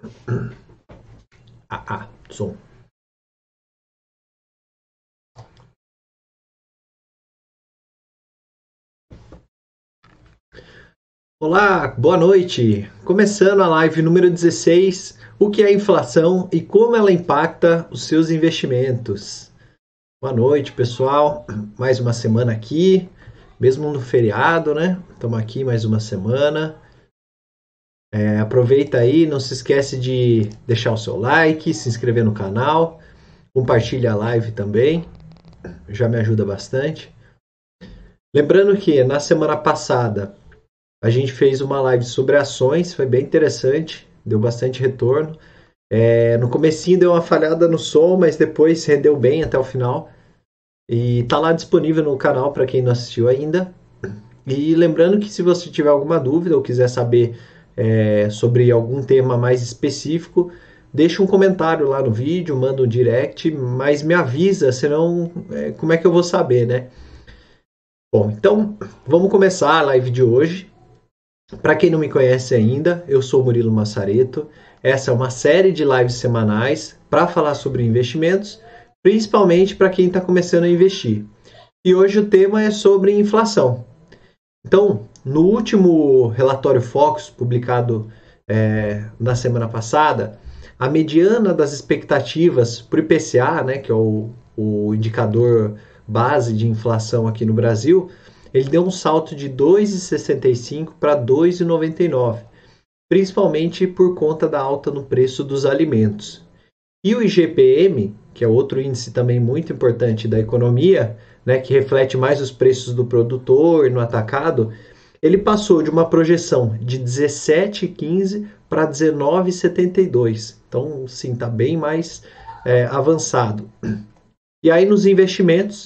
Som. Olá, boa noite. Começando a live número 16, o que é inflação e como ela impacta os seus investimentos. Boa noite, pessoal. Mais uma semana aqui, mesmo no feriado, né? Estamos aqui mais uma semana. Aproveita aí, não se esquece de deixar o seu like, se inscrever no canal, compartilha a live também, já me ajuda bastante. Lembrando que na semana passada a gente fez uma live sobre ações, foi bem interessante, deu bastante retorno. No comecinho deu uma falhada no som, mas depois rendeu bem até o final. E tá lá disponível no canal para quem não assistiu ainda. E lembrando que se você tiver alguma dúvida ou quiser saber sobre algum tema mais específico, deixa um comentário lá no vídeo, manda um direct, mas me avisa, senão como é que eu vou saber, né? Bom, então vamos começar a live de hoje. Para quem não me conhece ainda, eu sou Murilo Massareto. Essa é uma série de lives semanais para falar sobre investimentos, principalmente para quem está começando a investir. E hoje o tema é sobre inflação. Então, no último relatório Focus, publicado na semana passada, a mediana das expectativas para o IPCA, né, que é o indicador base de inflação aqui no Brasil, ele deu um salto de 2,65 para 2,99, principalmente por conta da alta no preço dos alimentos. E o IGPM, que é outro índice também muito importante da economia, né, que reflete mais os preços do produtor no atacado, ele passou de uma projeção de 17,15 para 19,72. Então, sim, está bem mais avançado. E aí, nos investimentos,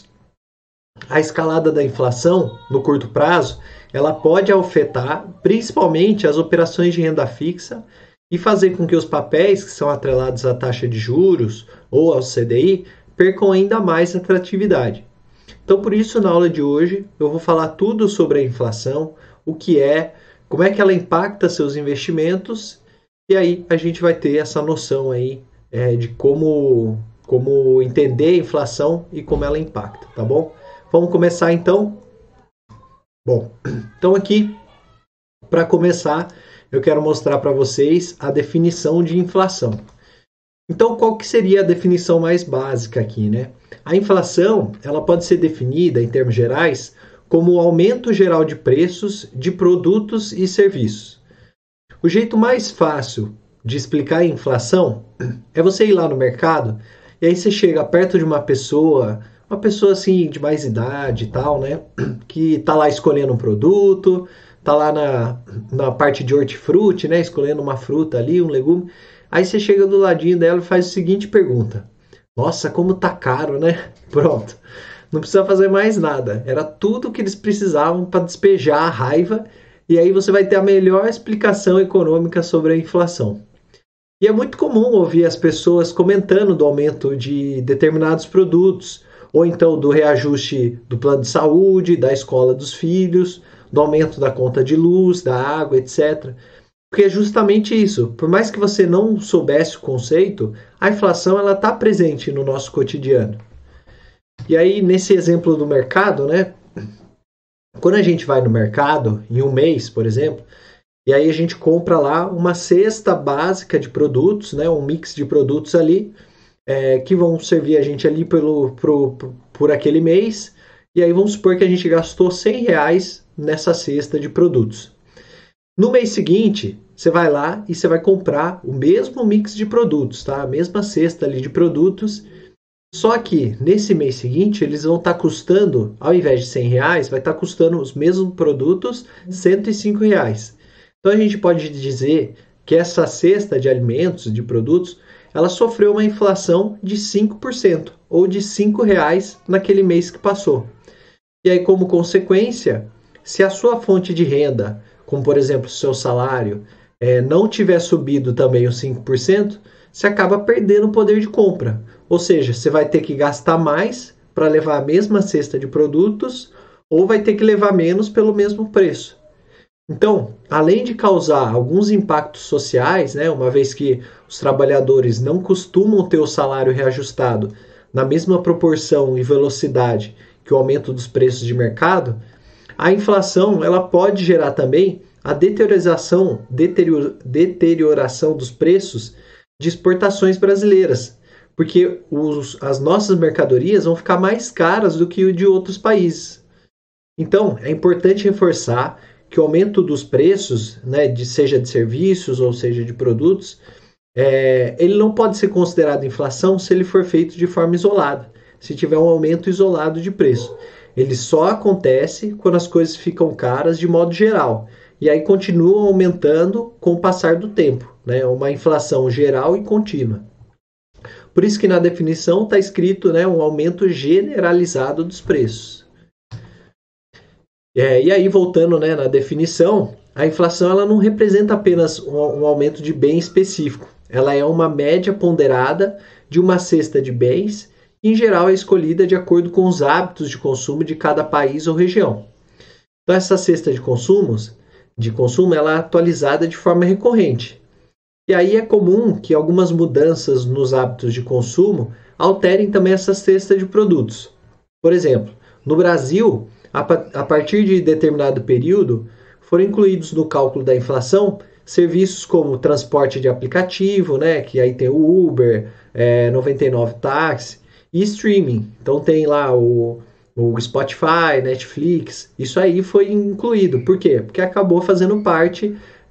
a escalada da inflação no curto prazo, ela pode afetar principalmente as operações de renda fixa e fazer com que os papéis que são atrelados à taxa de juros ou ao CDI percam ainda mais atratividade. Então, por isso, na aula de hoje, eu vou falar tudo sobre a inflação, o que é, como é que ela impacta seus investimentos, e aí a gente vai ter essa noção aí de como entender a inflação e como ela impacta, tá bom? Vamos começar então? Bom, então aqui, para começar, eu quero mostrar para vocês a definição de inflação. Então, qual que seria a definição mais básica aqui, né? A inflação, ela pode ser definida, em termos gerais, como o aumento geral de preços de produtos e serviços. O jeito mais fácil de explicar a inflação é você ir lá no mercado e aí você chega perto de uma pessoa assim de mais idade e tal, né? Que tá lá escolhendo um produto, tá lá na parte de hortifruti, né? Escolhendo uma fruta ali, um legume. Aí você chega do ladinho dela e faz a seguinte pergunta: Nossa, como tá caro, né? Pronto. Não precisa fazer mais nada. Era tudo que eles precisavam para despejar a raiva. E aí você vai ter a melhor explicação econômica sobre a inflação. E é muito comum ouvir as pessoas comentando do aumento de determinados produtos, ou então do reajuste do plano de saúde, da escola dos filhos, do aumento da conta de luz, da água, etc. Porque é justamente isso. Por mais que você não soubesse o conceito, a inflação ela está presente no nosso cotidiano. E aí, nesse exemplo do mercado, né? Quando a gente vai no mercado, em um mês, por exemplo, e aí a gente compra lá uma cesta básica de produtos, né? Um mix de produtos ali, que vão servir a gente ali por aquele mês. E aí vamos supor que a gente gastou R$ 100 nessa cesta de produtos. No mês seguinte, você vai lá e você vai comprar o mesmo mix de produtos, tá? A mesma cesta ali de produtos. Só que nesse mês seguinte eles vão estar custando, ao invés de R$ 100, vai estar custando os mesmos produtos R$ 105. Então a gente pode dizer que essa cesta de alimentos, de produtos, ela sofreu uma inflação de 5% ou de R$ 5 naquele mês que passou. E aí, como consequência, se a sua fonte de renda, como por exemplo o seu salário, não tiver subido também os 5%, você acaba perdendo o poder de compra. Ou seja, você vai ter que gastar mais para levar a mesma cesta de produtos ou vai ter que levar menos pelo mesmo preço. Então, além de causar alguns impactos sociais, né, uma vez que os trabalhadores não costumam ter o salário reajustado na mesma proporção e velocidade que o aumento dos preços de mercado, a inflação ela pode gerar também a deterioração dos preços de exportações brasileiras, porque as nossas mercadorias vão ficar mais caras do que o de outros países. Então, é importante reforçar que o aumento dos preços, né, seja de serviços ou seja de produtos, ele não pode ser considerado inflação se ele for feito de forma isolada, se tiver um aumento isolado de preço. Ele só acontece quando as coisas ficam caras de modo geral. E aí continuam aumentando com o passar do tempo, né? Uma inflação geral e contínua. Por isso que na definição está escrito, né, um aumento generalizado dos preços. E aí, voltando, né, na definição, a inflação ela não representa apenas um aumento de bem específico. Ela é uma média ponderada de uma cesta de bens e, em geral, é escolhida de acordo com os hábitos de consumo de cada país ou região. Então, essa cesta de consumo ela é atualizada de forma recorrente. E aí é comum que algumas mudanças nos hábitos de consumo alterem também essa cesta de produtos. Por exemplo, no Brasil, a partir de determinado período, foram incluídos no cálculo da inflação serviços como transporte de aplicativo, né, que aí tem o Uber, 99 Táxi, e streaming. Então tem lá o Spotify, Netflix, isso aí foi incluído. Por quê? Porque acabou fazendo parte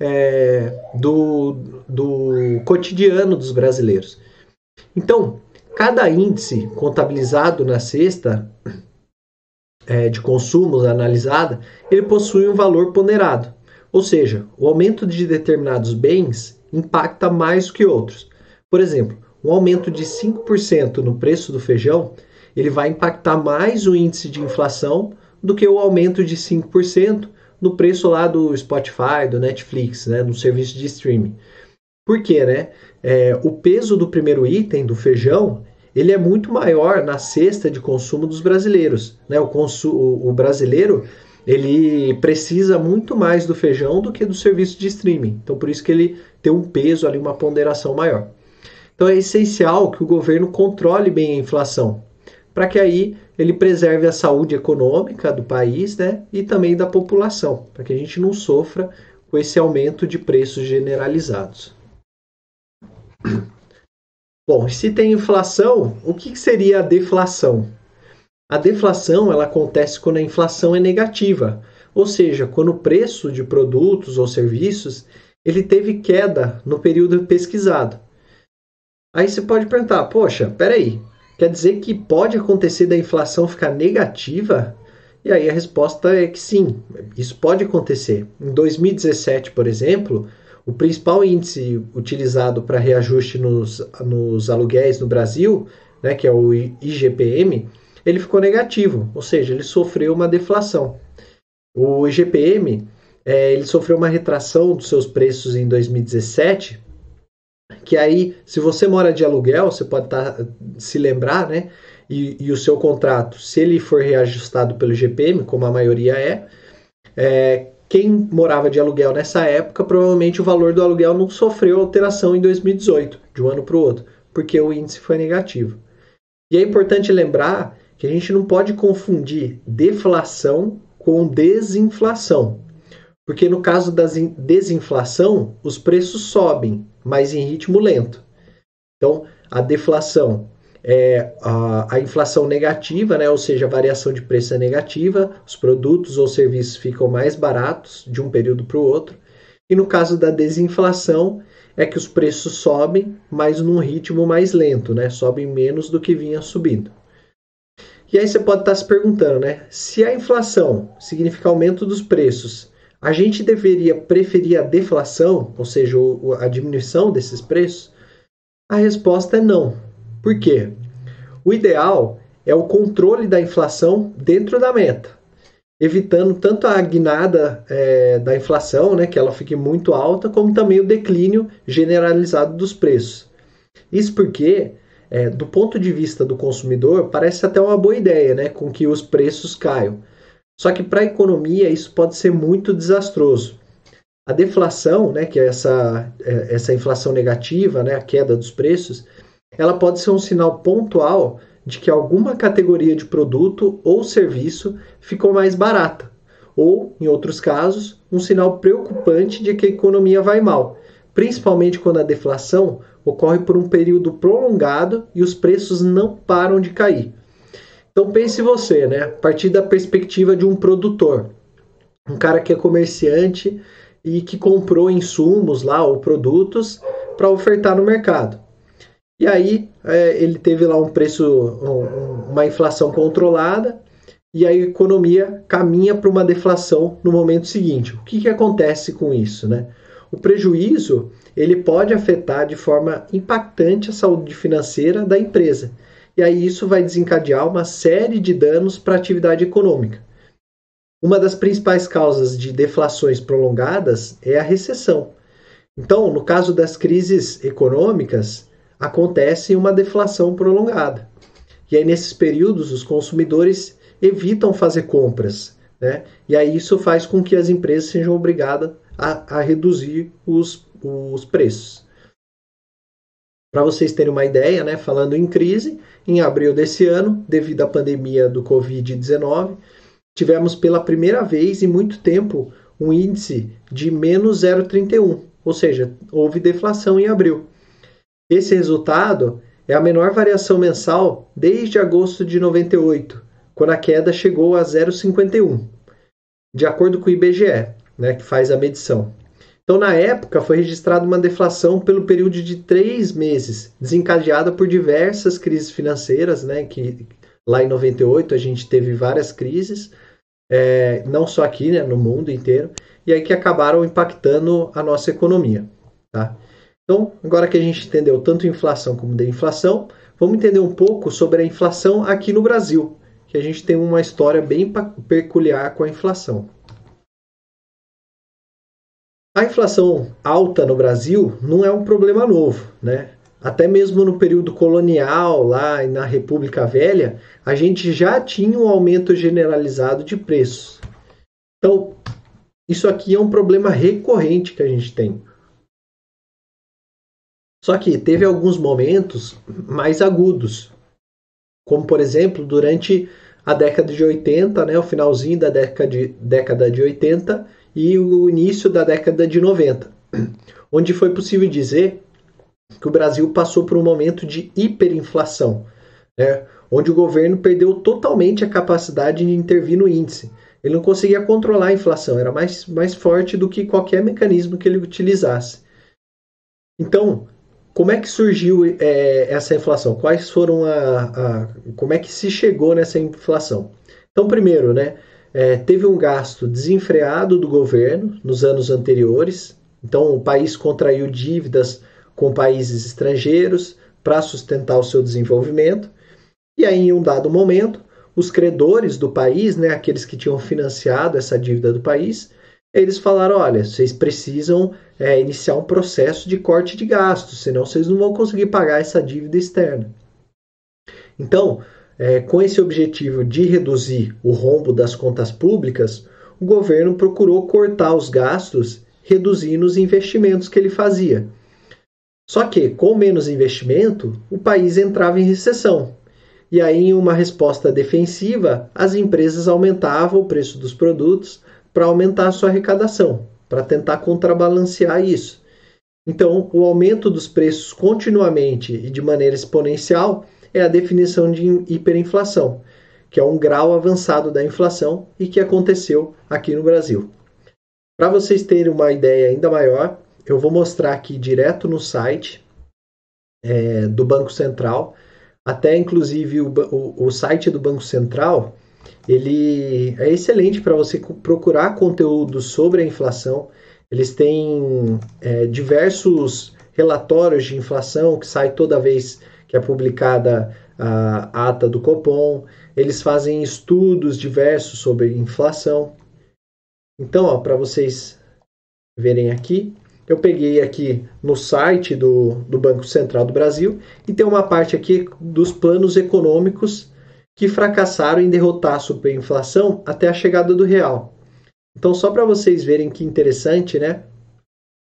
do cotidiano dos brasileiros. Então, cada índice contabilizado na cesta de consumos analisada, ele possui um valor ponderado. Ou seja, o aumento de determinados bens impacta mais do que outros. Por exemplo, um aumento de 5% no preço do feijão, ele vai impactar mais o índice de inflação do que o aumento de 5% no preço lá do Spotify, do Netflix, né, no serviço de streaming. Por quê, né? O peso do primeiro item, do feijão, ele é muito maior na cesta de consumo dos brasileiros, né? O brasileiro, ele precisa muito mais do feijão do que do serviço de streaming. Então, por isso que ele tem um peso ali, uma ponderação maior. Então, é essencial que o governo controle bem a inflação, para que aí ele preserve a saúde econômica do país, né? E também da população, para que a gente não sofra com esse aumento de preços generalizados. Bom, se tem inflação, o que seria a deflação? A deflação ela acontece quando a inflação é negativa, ou seja, quando o preço de produtos ou serviços ele teve queda no período pesquisado. Aí você pode perguntar, poxa, peraí, quer dizer que pode acontecer da inflação ficar negativa? E aí a resposta é que sim, isso pode acontecer. Em 2017, por exemplo, o principal índice utilizado para reajuste nos aluguéis no Brasil, né, que é o IGPM, ele ficou negativo, ou seja, ele sofreu uma deflação. O IGPM ele sofreu uma retração dos seus preços em 2017, que aí, se você mora de aluguel, você pode se lembrar, né? E o seu contrato, se ele for reajustado pelo IGPM, como a maioria quem morava de aluguel nessa época, provavelmente o valor do aluguel não sofreu alteração em 2018, de um ano para o outro, porque o índice foi negativo. E é importante lembrar que a gente não pode confundir deflação com desinflação, porque no caso da desinflação, os preços sobem, mas em ritmo lento. Então, a deflação é a inflação negativa, né? Ou seja, a variação de preço é negativa, os produtos ou serviços ficam mais baratos de um período para o outro. E no caso da desinflação, é que os preços sobem, mas num ritmo mais lento, né? Sobem menos do que vinha subindo. E aí você pode estar se perguntando, né? Se a inflação significa aumento dos preços, a gente deveria preferir a deflação, ou seja, a diminuição desses preços? A resposta é não. Por quê? O ideal é o controle da inflação dentro da meta, evitando tanto a guinada da inflação, né, que ela fique muito alta, como também o declínio generalizado dos preços. Isso porque, do ponto de vista do consumidor, parece até uma boa ideia, né, com que os preços caiam. Só que para a economia isso pode ser muito desastroso. A deflação, né, que é essa inflação negativa, né, a queda dos preços, ela pode ser um sinal pontual de que alguma categoria de produto ou serviço ficou mais barata, ou, em outros casos, um sinal preocupante de que a economia vai mal, principalmente quando a deflação ocorre por um período prolongado e os preços não param de cair. Então pense você, né, a partir da perspectiva de um produtor, um cara que é comerciante e que comprou insumos lá ou produtos para ofertar no mercado. E aí ele teve lá um preço, uma inflação controlada, e a economia caminha para uma deflação no momento seguinte. O que acontece com isso, né? O prejuízo ele pode afetar de forma impactante a saúde financeira da empresa. E aí isso vai desencadear uma série de danos para a atividade econômica. Uma das principais causas de deflações prolongadas é a recessão. Então, no caso das crises econômicas, acontece uma deflação prolongada. E aí, nesses períodos, os consumidores evitam fazer compras, né? E aí isso faz com que as empresas sejam obrigadas a reduzir os preços. Para vocês terem uma ideia, né, falando em crise, em abril desse ano, devido à pandemia do Covid-19, tivemos pela primeira vez em muito tempo um índice de menos 0,31, ou seja, houve deflação em abril. Esse resultado é a menor variação mensal desde agosto de 98, quando a queda chegou a 0,51, de acordo com o IBGE, né, que faz a medição. Então, na época, foi registrada uma deflação pelo período de 3 meses, desencadeada por diversas crises financeiras, né, que lá em 98 a gente teve várias crises, não só aqui, né, no mundo inteiro, e aí que acabaram impactando a nossa economia. Tá? Então, agora que a gente entendeu tanto inflação como deflação, vamos entender um pouco sobre a inflação aqui no Brasil, que a gente tem uma história bem peculiar com a inflação. A inflação alta no Brasil não é um problema novo, né? Até mesmo no período colonial, lá na República Velha, a gente já tinha um aumento generalizado de preços. Então, isso aqui é um problema recorrente que a gente tem. Só que teve alguns momentos mais agudos, como, por exemplo, durante a década de 80, né, o finalzinho da década de 80 e o início da década de 90, onde foi possível dizer que o Brasil passou por um momento de hiperinflação, né, onde o governo perdeu totalmente a capacidade de intervir no índice. Ele não conseguia controlar a inflação, era mais forte do que qualquer mecanismo que ele utilizasse. Então, como é que surgiu essa inflação? Quais foram como é que se chegou nessa inflação? Então, primeiro, né, teve um gasto desenfreado do governo nos anos anteriores. Então, o país contraiu dívidas com países estrangeiros para sustentar o seu desenvolvimento. E aí, em um dado momento, os credores do país, né, aqueles que tinham financiado essa dívida do país, eles falaram, olha, vocês precisam iniciar um processo de corte de gastos, senão vocês não vão conseguir pagar essa dívida externa. Então, com esse objetivo de reduzir o rombo das contas públicas, o governo procurou cortar os gastos, reduzindo os investimentos que ele fazia. Só que, com menos investimento, o país entrava em recessão. E aí, em uma resposta defensiva, as empresas aumentavam o preço dos produtos para aumentar a sua arrecadação, para tentar contrabalancear isso. Então, o aumento dos preços continuamente e de maneira exponencial é a definição de hiperinflação, que é um grau avançado da inflação e que aconteceu aqui no Brasil. Para vocês terem uma ideia ainda maior, eu vou mostrar aqui direto no site do Banco Central, até inclusive o site do Banco Central, ele é excelente para você procurar conteúdo sobre a inflação. Eles têm diversos relatórios de inflação que saem toda vez que é publicada a ata do Copom. Eles fazem estudos diversos sobre inflação. Então, para vocês verem aqui, eu peguei aqui no site do Banco Central do Brasil e tem uma parte aqui dos planos econômicos que fracassaram em derrotar a superinflação até a chegada do real. Então, só para vocês verem que interessante, né?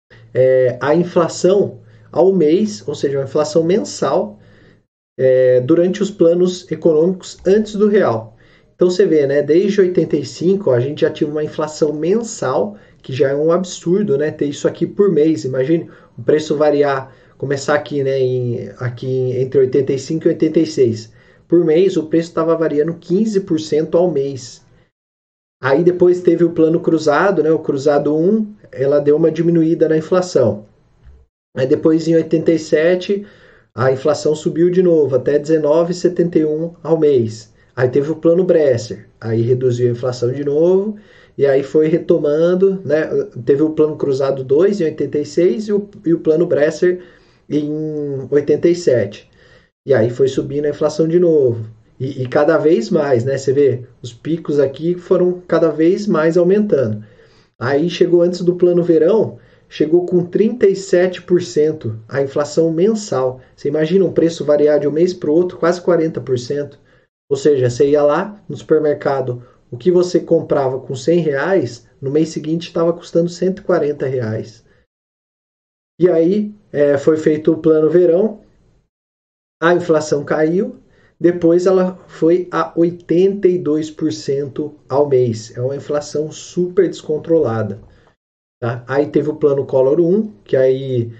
a inflação ao mês, ou seja, a inflação mensal, durante os planos econômicos antes do real. Então você vê, né, desde 85 a gente já tinha uma inflação mensal, que já é um absurdo, né, ter isso aqui por mês. Imagine o preço variar, começar aqui, né, aqui entre 85 e 86. Por mês o preço estava variando 15% ao mês. Aí depois teve o plano cruzado, né, o cruzado 1, ela deu uma diminuída na inflação. Aí depois em 87 a inflação subiu de novo até 19,71 ao mês. Aí teve o plano Bresser, aí reduziu a inflação de novo e aí foi retomando, né? Teve o plano cruzado 2 em 86 e o plano Bresser em 87. E aí foi subindo a inflação de novo. E cada vez mais, né? Você vê, os picos aqui foram cada vez mais aumentando. Aí chegou antes do plano verão, chegou com 37% a inflação mensal. Você imagina um preço variar de um mês para o outro, quase 40%. Ou seja, você ia lá no supermercado, o que você comprava com R$ 100, no mês seguinte estava custando R$ 140. E aí foi feito o plano verão, a inflação caiu, depois ela foi a 82% ao mês. É uma inflação super descontrolada. Tá? Aí teve o plano Collor 1, que aí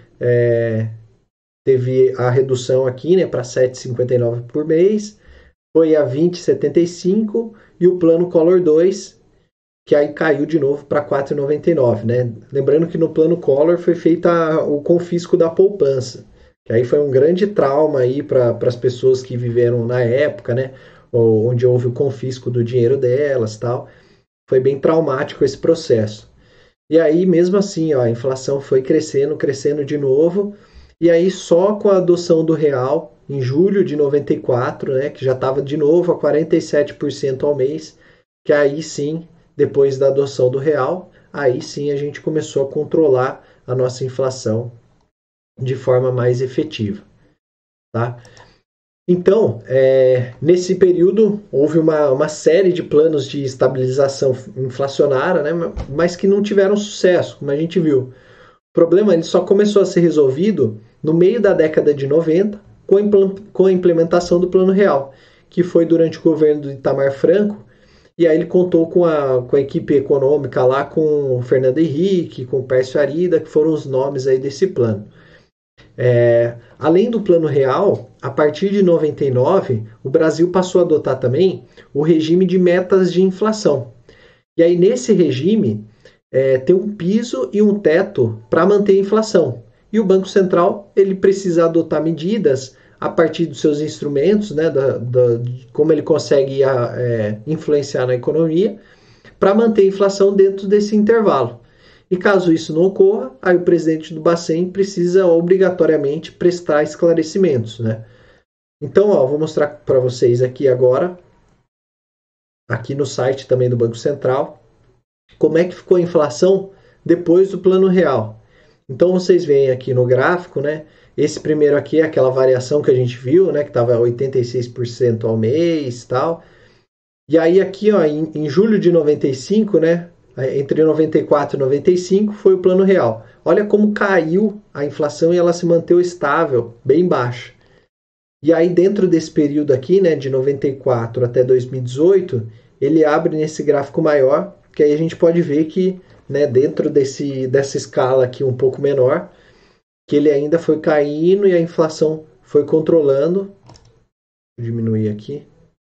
teve a redução aqui, né, para 7,59 por mês, foi a 20,75 e o plano Collor 2, que aí caiu de novo para 4,99, né? Lembrando que no plano Collor foi feito o confisco da poupança, que aí foi um grande trauma aí para as pessoas que viveram na época, né, onde houve o confisco do dinheiro delas, tal. Foi bem traumático esse processo. E aí, mesmo assim, ó, a inflação foi crescendo, crescendo de novo. E aí, só com a adoção do real, em julho de 94, né, que já estava de novo a 47% ao mês, que aí sim, depois da adoção do real, aí sim a gente começou a controlar a nossa inflação de forma mais efetiva. Tá? Então, nesse período, houve uma série de planos de estabilização inflacionária, né, mas que não tiveram sucesso, como a gente viu. O problema ele só começou a ser resolvido no meio da década de 90, com a implementação do Plano Real, que foi durante o governo do Itamar Franco, e aí ele contou com a equipe econômica lá, com o Fernando Henrique, com o Pércio Arida, que foram os nomes aí desse plano. Além do Plano Real, a partir de 99, o Brasil passou a adotar também o regime de metas de inflação. E aí, nesse regime, tem um piso e um teto para manter a inflação. E o Banco Central ele precisa adotar medidas a partir dos seus instrumentos, né, de como ele consegue influenciar na economia, para manter a inflação dentro desse intervalo. E caso isso não ocorra, aí o presidente do Bacen precisa obrigatoriamente prestar esclarecimentos, né? Então, ó, vou mostrar para vocês aqui agora, aqui no site também do Banco Central, como é que ficou a inflação depois do Plano Real. Então, vocês veem aqui no gráfico, né? Esse primeiro aqui é aquela variação que a gente viu, né? Que estava 86% ao mês e tal. E aí aqui, ó, em julho de 95, né? Entre 94 e 95 foi o Plano Real. Olha como caiu a inflação e ela se manteve estável, bem baixa. E aí dentro desse período aqui, né, de 94 até 2018, ele abre nesse gráfico maior, que aí a gente pode ver que, né, dentro dessa escala aqui um pouco menor, que ele ainda foi caindo e a inflação foi controlando. Vou diminuir aqui.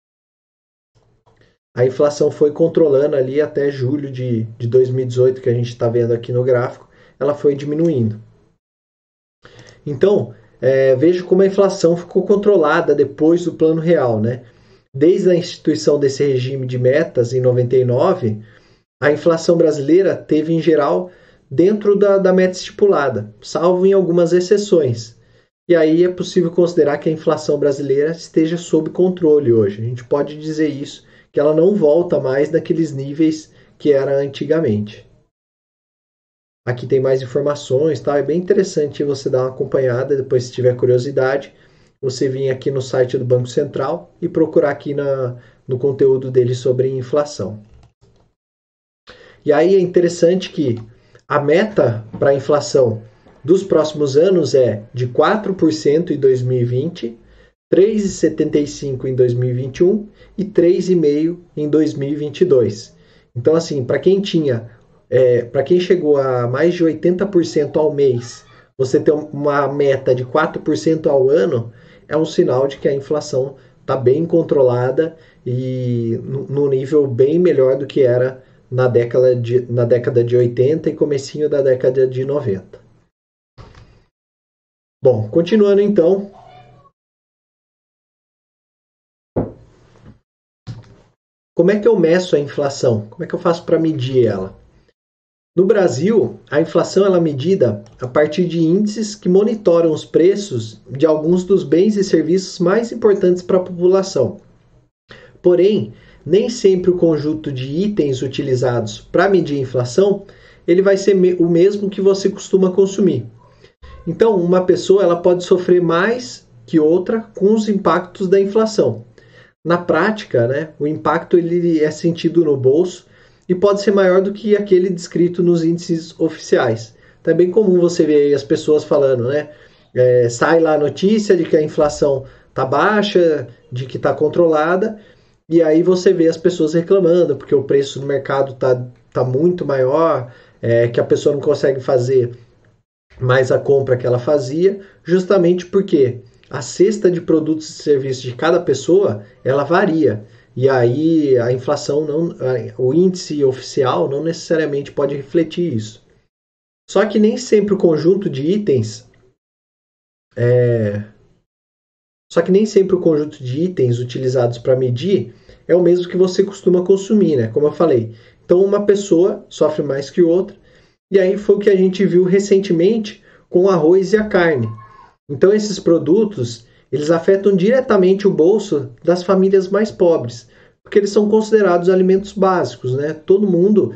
A inflação foi controlando ali até julho de 2018, que a gente está vendo aqui no gráfico, ela foi diminuindo. Então, veja como a inflação ficou controlada depois do Plano Real, né? Desde a instituição desse regime de metas em 99, a inflação brasileira teve, em geral, dentro da meta estipulada, salvo em algumas exceções. E aí é possível considerar que a inflação brasileira esteja sob controle hoje. A gente pode dizer isso, que ela não volta mais naqueles níveis que era antigamente. Aqui tem mais informações, tá? É bem interessante você dar uma acompanhada, depois se tiver curiosidade, você vir aqui no site do Banco Central e procurar aqui no conteúdo dele sobre inflação. E aí é interessante que A meta para a inflação dos próximos anos é de 4% em 2020, 3,75% em 2021 e 3,5% em 2022. Então, assim, para quem chegou a mais de 80% ao mês, você ter uma meta de 4% ao ano, é um sinal de que a inflação está bem controlada e num nível bem melhor do que era na década de 80 e comecinho da década de 90. Bom, continuando então. Como é que eu meço a inflação? Como é que eu faço para medir ela? No Brasil, a inflação é medida a partir de índices que monitoram os preços de alguns dos bens e serviços mais importantes para a população. Porém, nem sempre o conjunto de itens utilizados para medir a inflação ele vai ser o mesmo que você costuma consumir. Então, uma pessoa ela pode sofrer mais que outra com os impactos da inflação. Na prática, né, o impacto ele é sentido no bolso e pode ser maior do que aquele descrito nos índices oficiais. Então é bem comum você ver aí as pessoas falando, né? Sai lá a notícia de que a inflação está baixa, de que está controlada, e aí você vê as pessoas reclamando porque o preço no mercado tá muito maior, que a pessoa não consegue fazer mais a compra que ela fazia, justamente porque a cesta de produtos e serviços de cada pessoa ela varia. E aí a inflação o índice oficial não necessariamente pode refletir isso. Só que nem sempre o conjunto de itens utilizados para medir é o mesmo que você costuma consumir, né? Como eu falei. Então uma pessoa sofre mais que outra. E aí foi o que a gente viu recentemente com o arroz e a carne. Então esses produtos, eles afetam diretamente o bolso das famílias mais pobres, porque eles são considerados alimentos básicos, né? Todo mundo,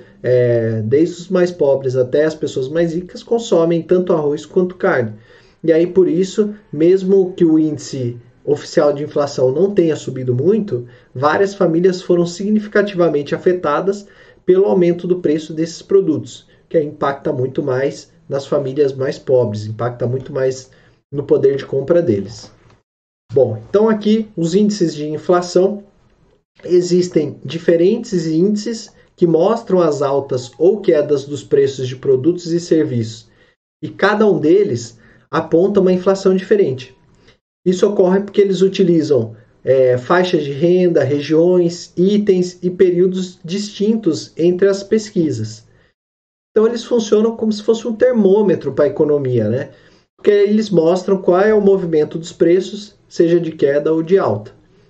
desde os mais pobres até as pessoas mais ricas, consomem tanto arroz quanto carne. E aí por isso, mesmo que o índice oficial de inflação não tenha subido muito, várias famílias foram significativamente afetadas pelo aumento do preço desses produtos, que impacta muito mais nas famílias mais pobres, impacta muito mais no poder de compra deles. Bom, então aqui os índices de inflação, existem diferentes índices que mostram as altas ou quedas dos preços de produtos e serviços, e cada um deles aponta uma inflação diferente. Isso ocorre porque eles utilizam faixas de renda, regiões, itens e períodos distintos entre as pesquisas. Então eles funcionam como se fosse um termômetro para a economia, né? Porque eles mostram qual é o movimento dos preços, seja de queda ou de alta.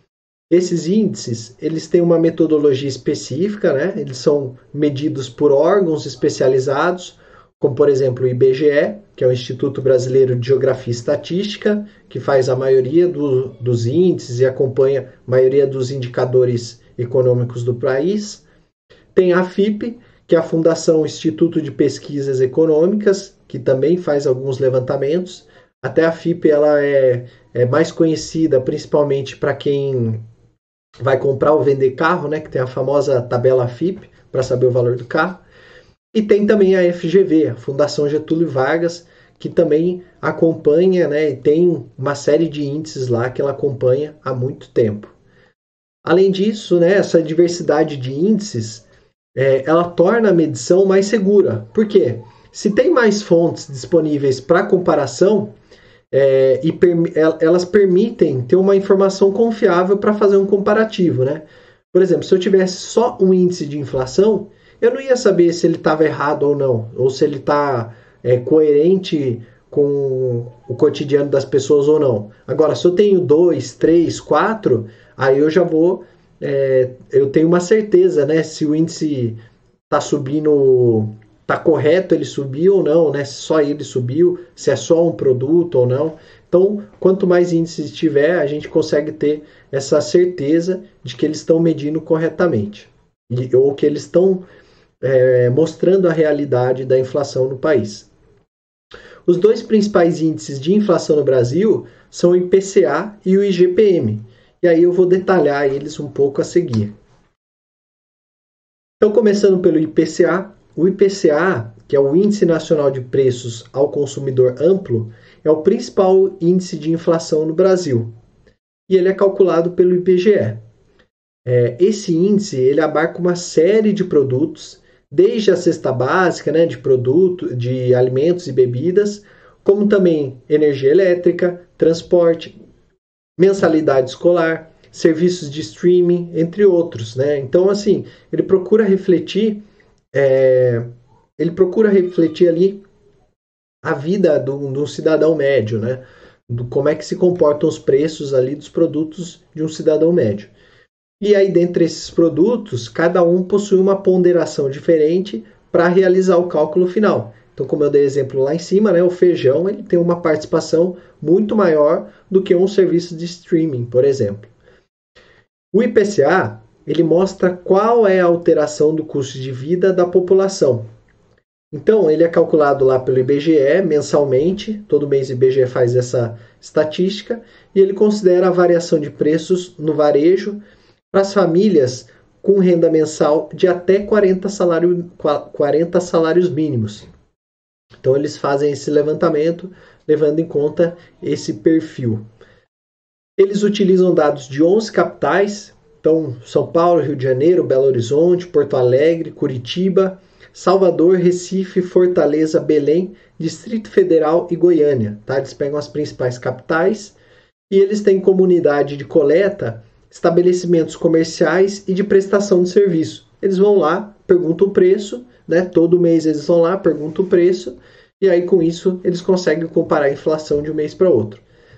Esses índices, eles têm uma metodologia específica, né? Eles são medidos por órgãos especializados, como por exemplo o IBGE, que é o Instituto Brasileiro de Geografia e Estatística, que faz a maioria dos índices e acompanha a maioria dos indicadores econômicos do país. Tem a FIPE, que é a Fundação Instituto de Pesquisas Econômicas, que também faz alguns levantamentos. Até a FIPE ela é mais conhecida principalmente para quem vai comprar ou vender carro, né, que tem a famosa tabela FIPE, para saber o valor do carro. E tem também a FGV, a Fundação Getúlio Vargas, que também acompanha, né, e tem uma série de índices lá que ela acompanha há muito tempo. Além disso, né, essa diversidade de índices, ela torna a medição mais segura. Por quê? Se tem mais fontes disponíveis para comparação, elas permitem ter uma informação confiável para fazer um comparativo, né? Por exemplo, se eu tivesse só um índice de inflação, eu não ia saber se ele estava errado ou não, ou se ele está coerente com o cotidiano das pessoas ou não. Agora, se eu tenho 2, 3, 4, aí eu já vou... eu tenho uma certeza, né? Se o índice está subindo... Está correto ele subir ou não, né? Se só ele subiu, se é só um produto ou não. Então, quanto mais índices tiver, a gente consegue ter essa certeza de que eles estão medindo corretamente. Ou que eles estão mostrando a realidade da inflação no país. Os dois principais índices de inflação no Brasil são o IPCA e o IGPM. E aí eu vou detalhar eles um pouco a seguir. Então, começando pelo IPCA, o IPCA que é o Índice Nacional de Preços ao Consumidor Amplo, é o principal índice de inflação no Brasil. E ele é calculado pelo IBGE. Esse índice ele abarca uma série de produtos, desde a cesta básica, né, de alimentos e bebidas, como também energia elétrica, transporte, mensalidade escolar, serviços de streaming, entre outros, né? Então, assim, ele procura refletir ali a vida do cidadão médio, né? Como é que se comportam os preços ali dos produtos de um cidadão médio. E aí, dentre esses produtos, cada um possui uma ponderação diferente para realizar o cálculo final. Então, como eu dei exemplo lá em cima, né, o feijão ele tem uma participação muito maior do que um serviço de streaming, por exemplo. O IPCA ele mostra qual é a alteração do custo de vida da população. Então, ele é calculado lá pelo IBGE mensalmente, todo mês o IBGE faz essa estatística, e ele considera a variação de preços no varejo para as famílias com renda mensal de até 40 salários mínimos. Então, eles fazem esse levantamento levando em conta esse perfil. Eles utilizam dados de 11 capitais, então São Paulo, Rio de Janeiro, Belo Horizonte, Porto Alegre, Curitiba, Salvador, Recife, Fortaleza, Belém, Distrito Federal e Goiânia. Tá? Eles pegam as principais capitais e eles têm comunidade de coleta, estabelecimentos comerciais e de prestação de serviço. Eles vão lá, perguntam o preço, né? Todo mês eles vão lá, perguntam o preço, e aí com isso eles conseguem comparar a inflação de um mês para outro.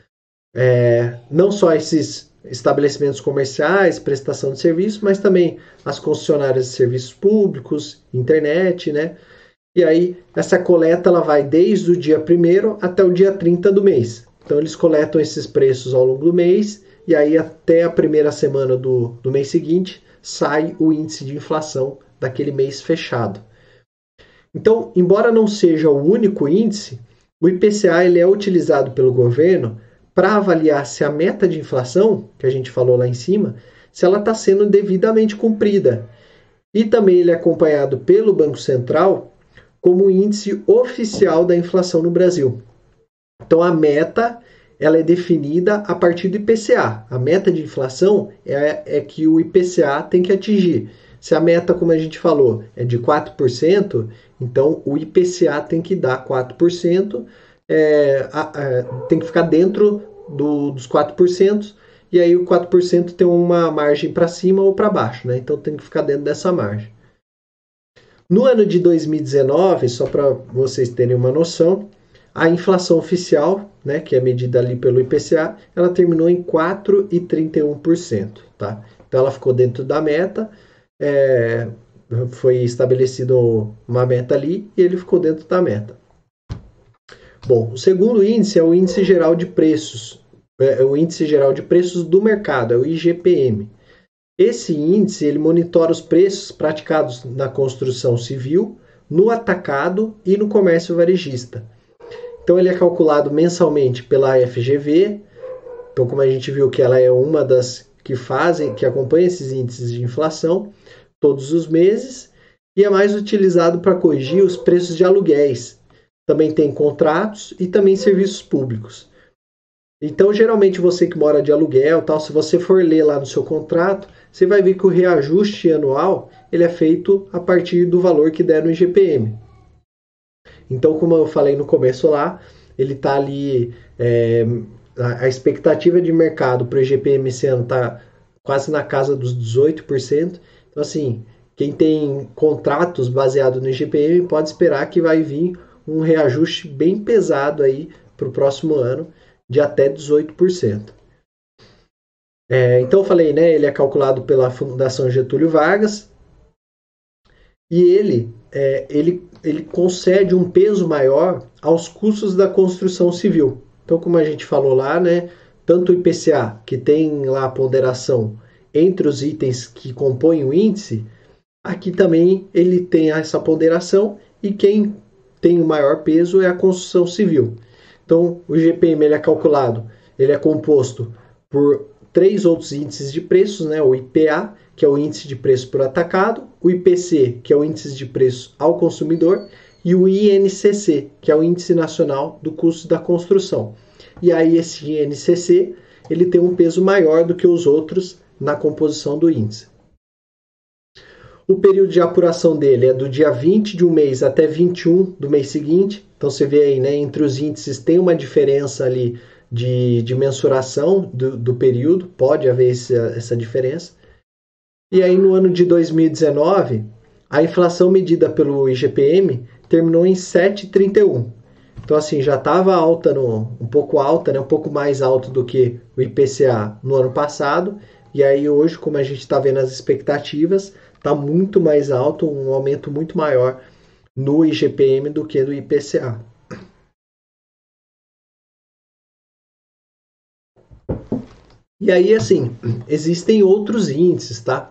Não só esses estabelecimentos comerciais, prestação de serviço, mas também as concessionárias de serviços públicos, internet, né? E aí essa coleta ela vai desde o dia 1º até o dia 30 do mês. Então eles coletam esses preços ao longo do mês e aí até a primeira semana do mês seguinte sai o índice de inflação daquele mês fechado. Então, embora não seja o único índice, o IPCA ele é utilizado pelo governo para avaliar se a meta de inflação, que a gente falou lá em cima, se ela está sendo devidamente cumprida. E também ele é acompanhado pelo Banco Central como o índice oficial da inflação no Brasil. Então a meta ela é definida a partir do IPCA. A meta de inflação é que o IPCA tem que atingir. Se a meta, como a gente falou, é de 4%, então o IPCA tem que dar 4%, tem que ficar dentro dos 4%, e aí o 4% tem uma margem para cima ou para baixo, né? Então tem que ficar dentro dessa margem. No ano de 2019, só para vocês terem uma noção, a inflação oficial, né, que é medida ali pelo IPCA, ela terminou em 4,31%. Tá? Então ela ficou dentro da meta, foi estabelecida uma meta ali e ele ficou dentro da meta. Bom, o segundo índice é o Índice Geral de Preços, o Índice Geral de Preços do Mercado, é o IGPM. Esse índice ele monitora os preços praticados na construção civil, no atacado e no comércio varejista. Então ele é calculado mensalmente pela FGV. Então, como a gente viu que ela é uma das que acompanha esses índices de inflação todos os meses, e é mais utilizado para corrigir os preços de aluguéis. Também tem contratos e também serviços públicos. Então, geralmente você que mora de aluguel, tal, se você for ler lá no seu contrato, você vai ver que o reajuste anual ele é feito a partir do valor que der no IGPM. Então, como eu falei no começo lá, ele está ali, a expectativa de mercado para o IGPM esse ano está quase na casa dos 18%. Então, assim, quem tem contratos baseados no IGPM pode esperar que vai vir um reajuste bem pesado aí para o próximo ano, de até 18%. Então eu falei, né, ele é calculado pela Fundação Getúlio Vargas e ele concede um peso maior aos custos da construção civil. Então, como a gente falou lá, né, tanto o IPCA, que tem lá a ponderação entre os itens que compõem o índice, aqui também ele tem essa ponderação e quem tem o maior peso é a construção civil. Então, o IGPM ele é calculado, ele é composto por 3 outros índices de preços, né? O IPA, que é o índice de preço por atacado, o IPC, que é o índice de preço ao consumidor, e o INCC, que é o Índice Nacional do Custo da Construção. E aí esse INCC, ele tem um peso maior do que os outros na composição do índice. O período de apuração dele é do dia 20 de um mês até 21 do mês seguinte. Então você vê aí, né, entre os índices tem uma diferença ali de mensuração do período, pode haver essa diferença. E aí no ano de 2019, a inflação medida pelo IGPM terminou em 7,31. Então assim, já estava alta, um pouco alta, né, um pouco mais alto do que o IPCA no ano passado. E aí hoje, como a gente está vendo as expectativas, está muito mais alto, um aumento muito maior no IGPM do que no IPCA. E aí, assim, existem outros índices, tá?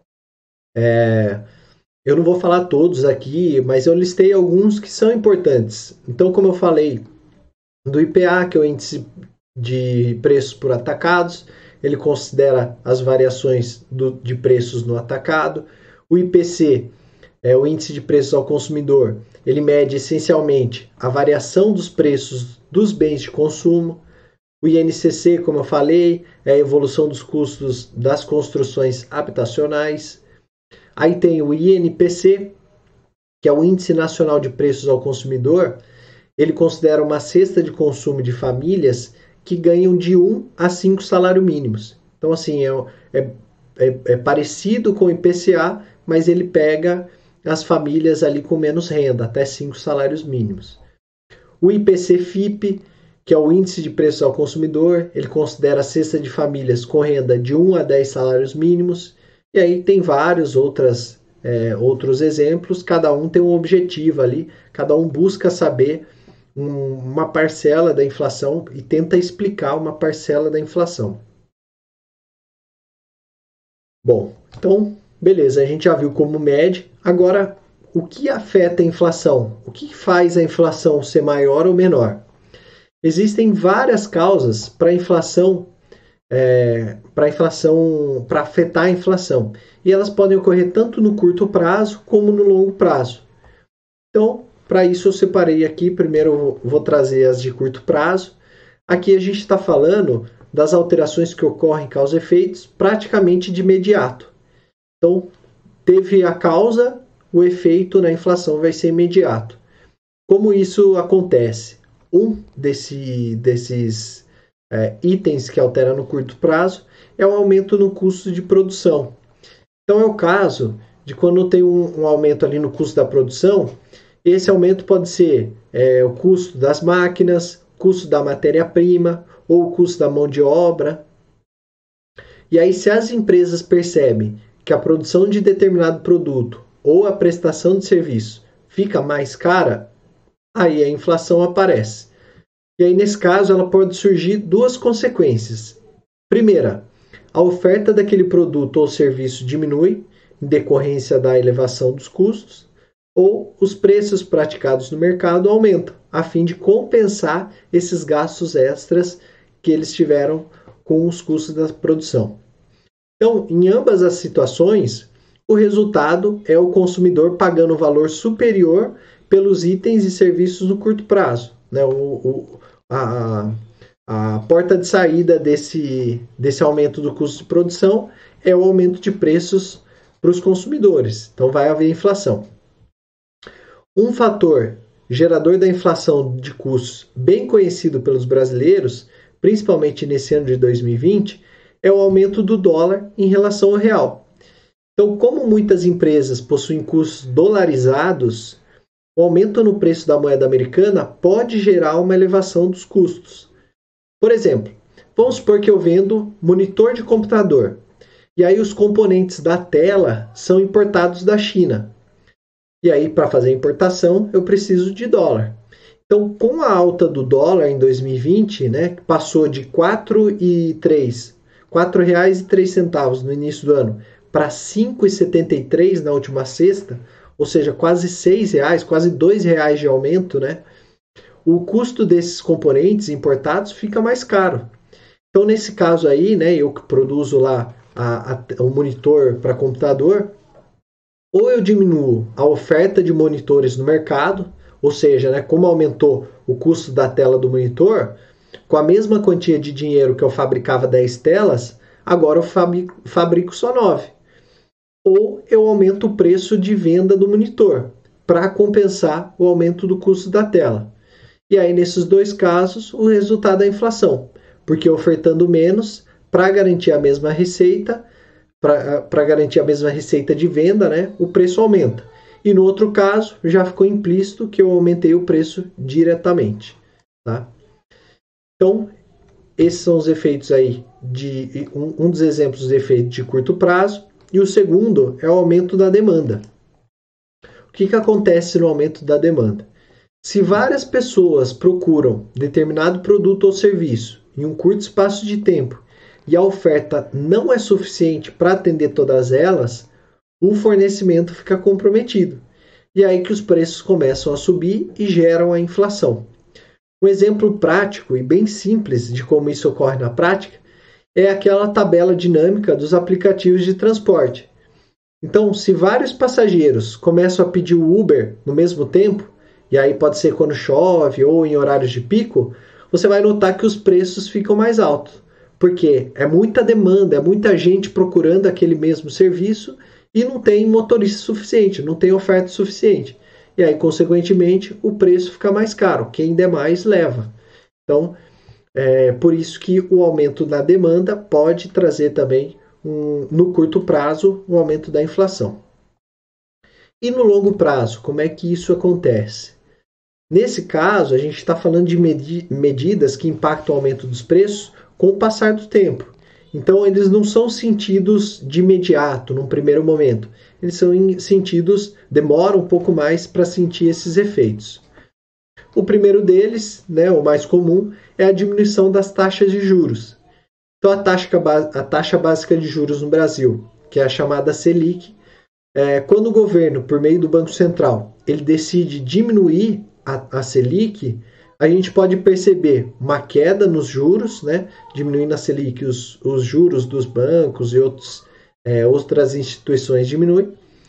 Eu não vou falar todos aqui, mas eu listei alguns que são importantes. Então, como eu falei, do IPA, que é o índice de preços por atacados, ele considera as variações de preços no atacado. O IPC, é o índice de preços ao consumidor, ele mede essencialmente a variação dos preços dos bens de consumo. O INCC, como eu falei, é a evolução dos custos das construções habitacionais. Aí tem o INPC, que é o Índice Nacional de Preços ao Consumidor. Ele considera uma cesta de consumo de famílias que ganham de 1 a 5 salários mínimos. Então, assim, é parecido com o IPCA, mas ele pega as famílias ali com menos renda, até 5 salários mínimos. O IPC-FIP, que é o Índice de Preços ao Consumidor, ele considera a cesta de famílias com renda de 1 a 10 salários mínimos. E aí tem vários outros exemplos, cada um tem um objetivo ali, cada um busca saber uma parcela da inflação e tenta explicar uma parcela da inflação. Bom, então, beleza, a gente já viu como mede. Agora, o que afeta a inflação? O que faz a inflação ser maior ou menor? Existem várias causas para afetar a inflação. E elas podem ocorrer tanto no curto prazo como no longo prazo. Então, para isso eu separei aqui, primeiro eu vou trazer as de curto prazo. Aqui a gente está falando das alterações que ocorrem causa e efeitos praticamente de imediato. Então, teve a causa, o efeito na inflação vai ser imediato. Como isso acontece? Um desses itens que altera no curto prazo é o aumento no custo de produção. Então, é o caso de quando tem um aumento ali no custo da produção. Esse aumento pode ser o custo das máquinas, custo da matéria-prima ou o custo da mão de obra. E aí, se as empresas percebem que a produção de determinado produto ou a prestação de serviço fica mais cara, aí a inflação aparece. E aí, nesse caso, ela pode surgir duas consequências. Primeira, a oferta daquele produto ou serviço diminui em decorrência da elevação dos custos, ou os preços praticados no mercado aumentam, a fim de compensar esses gastos extras que eles tiveram com os custos da produção. Então, em ambas as situações, o resultado é o consumidor pagando um valor superior pelos itens e serviços no curto prazo. Né? A porta de saída desse aumento do custo de produção é o aumento de preços para os consumidores. Então, vai haver inflação. Um fator gerador da inflação de custos bem conhecido pelos brasileiros, principalmente nesse ano de 2020, é o aumento do dólar em relação ao real. Então, como muitas empresas possuem custos dolarizados, o aumento no preço da moeda americana pode gerar uma elevação dos custos. Por exemplo, vamos supor que eu vendo monitor de computador, e aí os componentes da tela são importados da China. E aí, para fazer a importação, eu preciso de dólar. Então, com a alta do dólar em 2020, né, que passou de R$ 4,03 no início do ano para R$ 5,73 na última sexta, ou seja, quase R$ 6, quase R$ 2 de aumento, né? O custo desses componentes importados fica mais caro. Então, nesse caso aí, né, eu que produzo lá o monitor para computador, ou eu diminuo a oferta de monitores no mercado, Ou seja, né, como aumentou o custo da tela do monitor, com a mesma quantia de dinheiro que eu fabricava 10 telas, agora eu fabrico só 9. Ou eu aumento o preço de venda do monitor para compensar o aumento do custo da tela. E aí, nesses dois casos, o resultado é a inflação, porque ofertando menos para garantir a mesma receita, para garantir a mesma receita de venda, né, o preço aumenta. E no outro caso, já ficou implícito que eu aumentei o preço diretamente. Tá? Então, esses são os efeitos aí, um dos exemplos dos efeitos de curto prazo. E o segundo é o aumento da demanda. O que acontece no aumento da demanda? Se várias pessoas procuram determinado produto ou serviço em um curto espaço de tempo e a oferta não é suficiente para atender todas elas, o fornecimento fica comprometido. E é aí que os preços começam a subir e geram a inflação. Um exemplo prático e bem simples de como isso ocorre na prática é aquela tabela dinâmica dos aplicativos de transporte. Então, se vários passageiros começam a pedir o Uber no mesmo tempo, e aí pode ser quando chove ou em horários de pico, você vai notar que os preços ficam mais altos. Porque é muita demanda, é muita gente procurando aquele mesmo serviço e não tem motorista suficiente, não tem oferta suficiente. E aí, consequentemente, o preço fica mais caro. Quem der mais, leva. Então, é por isso que o aumento da demanda pode trazer também, no curto prazo, um aumento da inflação. E no longo prazo, como é que isso acontece? Nesse caso, a gente está falando de medidas que impactam o aumento dos preços com o passar do tempo. Então, eles não são sentidos de imediato, num primeiro momento. Eles são sentidos, demoram um pouco mais para sentir esses efeitos. O primeiro deles, né, o mais comum, é a diminuição das taxas de juros. Então, a taxa básica de juros no Brasil, que é a chamada Selic, quando o governo, por meio do Banco Central, ele decide diminuir a Selic, a gente pode perceber uma queda nos juros, né? Diminuindo a Selic, os juros dos bancos e outras instituições diminuem.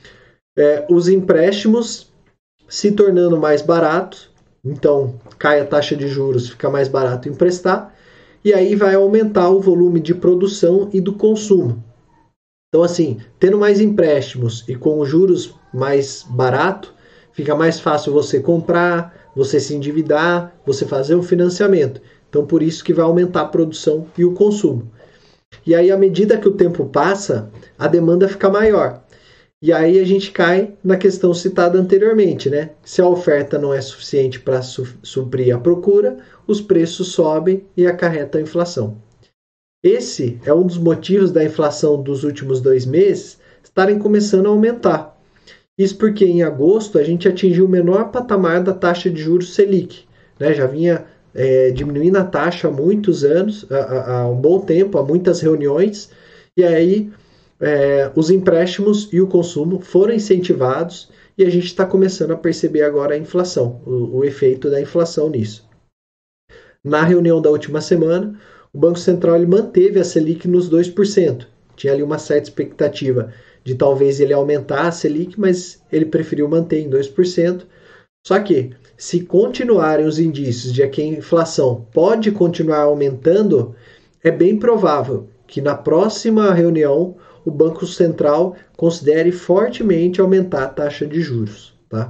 Os empréstimos se tornando mais baratos, então cai a taxa de juros, fica mais barato emprestar, e aí vai aumentar o volume de produção e do consumo. Então, assim, tendo mais empréstimos e com os juros mais barato, fica mais fácil você comprar, você se endividar, você fazer um financiamento. Então, por isso que vai aumentar a produção e o consumo. E aí, à medida que o tempo passa, a demanda fica maior. E aí a gente cai na questão citada anteriormente, né? Se a oferta não é suficiente para suprir a procura, os preços sobem e acarretam a inflação. Esse é um dos motivos da inflação dos últimos 2 meses estarem começando a aumentar. Isso porque em agosto a gente atingiu o menor patamar da taxa de juros Selic. Né? Já vinha diminuindo a taxa há muitos anos, há um bom tempo, há muitas reuniões, e aí os empréstimos e o consumo foram incentivados e a gente está começando a perceber agora a inflação, o efeito da inflação nisso. Na reunião da última semana, o Banco Central ele manteve a Selic nos 2%. Tinha ali uma certa expectativa de talvez ele aumentar a Selic, mas ele preferiu manter em 2%. Só que, se continuarem os indícios de que a inflação pode continuar aumentando, é bem provável que na próxima reunião o Banco Central considere fortemente aumentar a taxa de juros. Tá?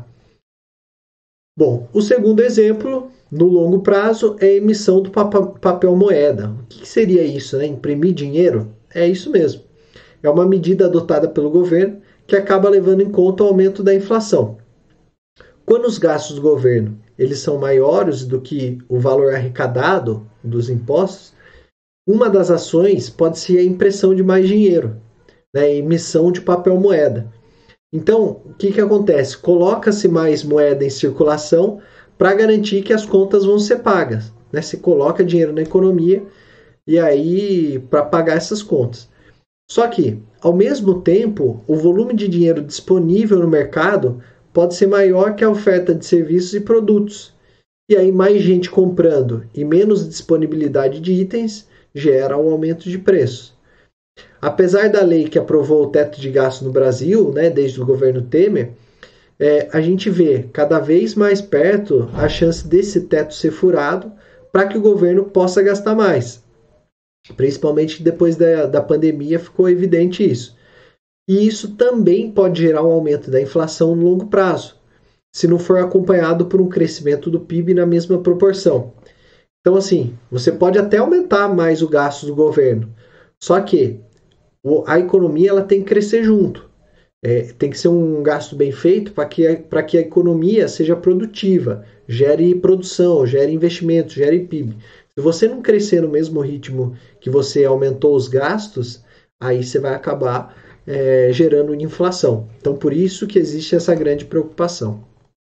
Bom, o segundo exemplo, no longo prazo, é a emissão do papel moeda. O que seria isso, né? Imprimir dinheiro? É isso mesmo. É uma medida adotada pelo governo que acaba levando em conta o aumento da inflação. Quando os gastos do governo eles são maiores do que o valor arrecadado dos impostos, uma das ações pode ser a impressão de mais dinheiro, né? A emissão de papel moeda. Então, o que acontece? Coloca-se mais moeda em circulação para garantir que as contas vão ser pagas. Né? Se coloca dinheiro na economia e aí para pagar essas contas. Só que, ao mesmo tempo, o volume de dinheiro disponível no mercado pode ser maior que a oferta de serviços e produtos. E aí mais gente comprando e menos disponibilidade de itens gera um aumento de preço. Apesar da lei que aprovou o teto de gasto no Brasil, né, desde o governo Temer, a gente vê cada vez mais perto a chance desse teto ser furado para que o governo possa gastar mais. Principalmente depois da pandemia ficou evidente isso. E isso também pode gerar um aumento da inflação no longo prazo, se não for acompanhado por um crescimento do PIB na mesma proporção. Então, assim, você pode até aumentar mais o gasto do governo, só que a economia ela tem que crescer junto. Tem que ser um gasto bem feito para que a economia seja produtiva, gere produção, gere investimento, gere PIB. Se você não crescer no mesmo ritmo que você aumentou os gastos, aí você vai acabar gerando inflação. Então, por isso que existe essa grande preocupação.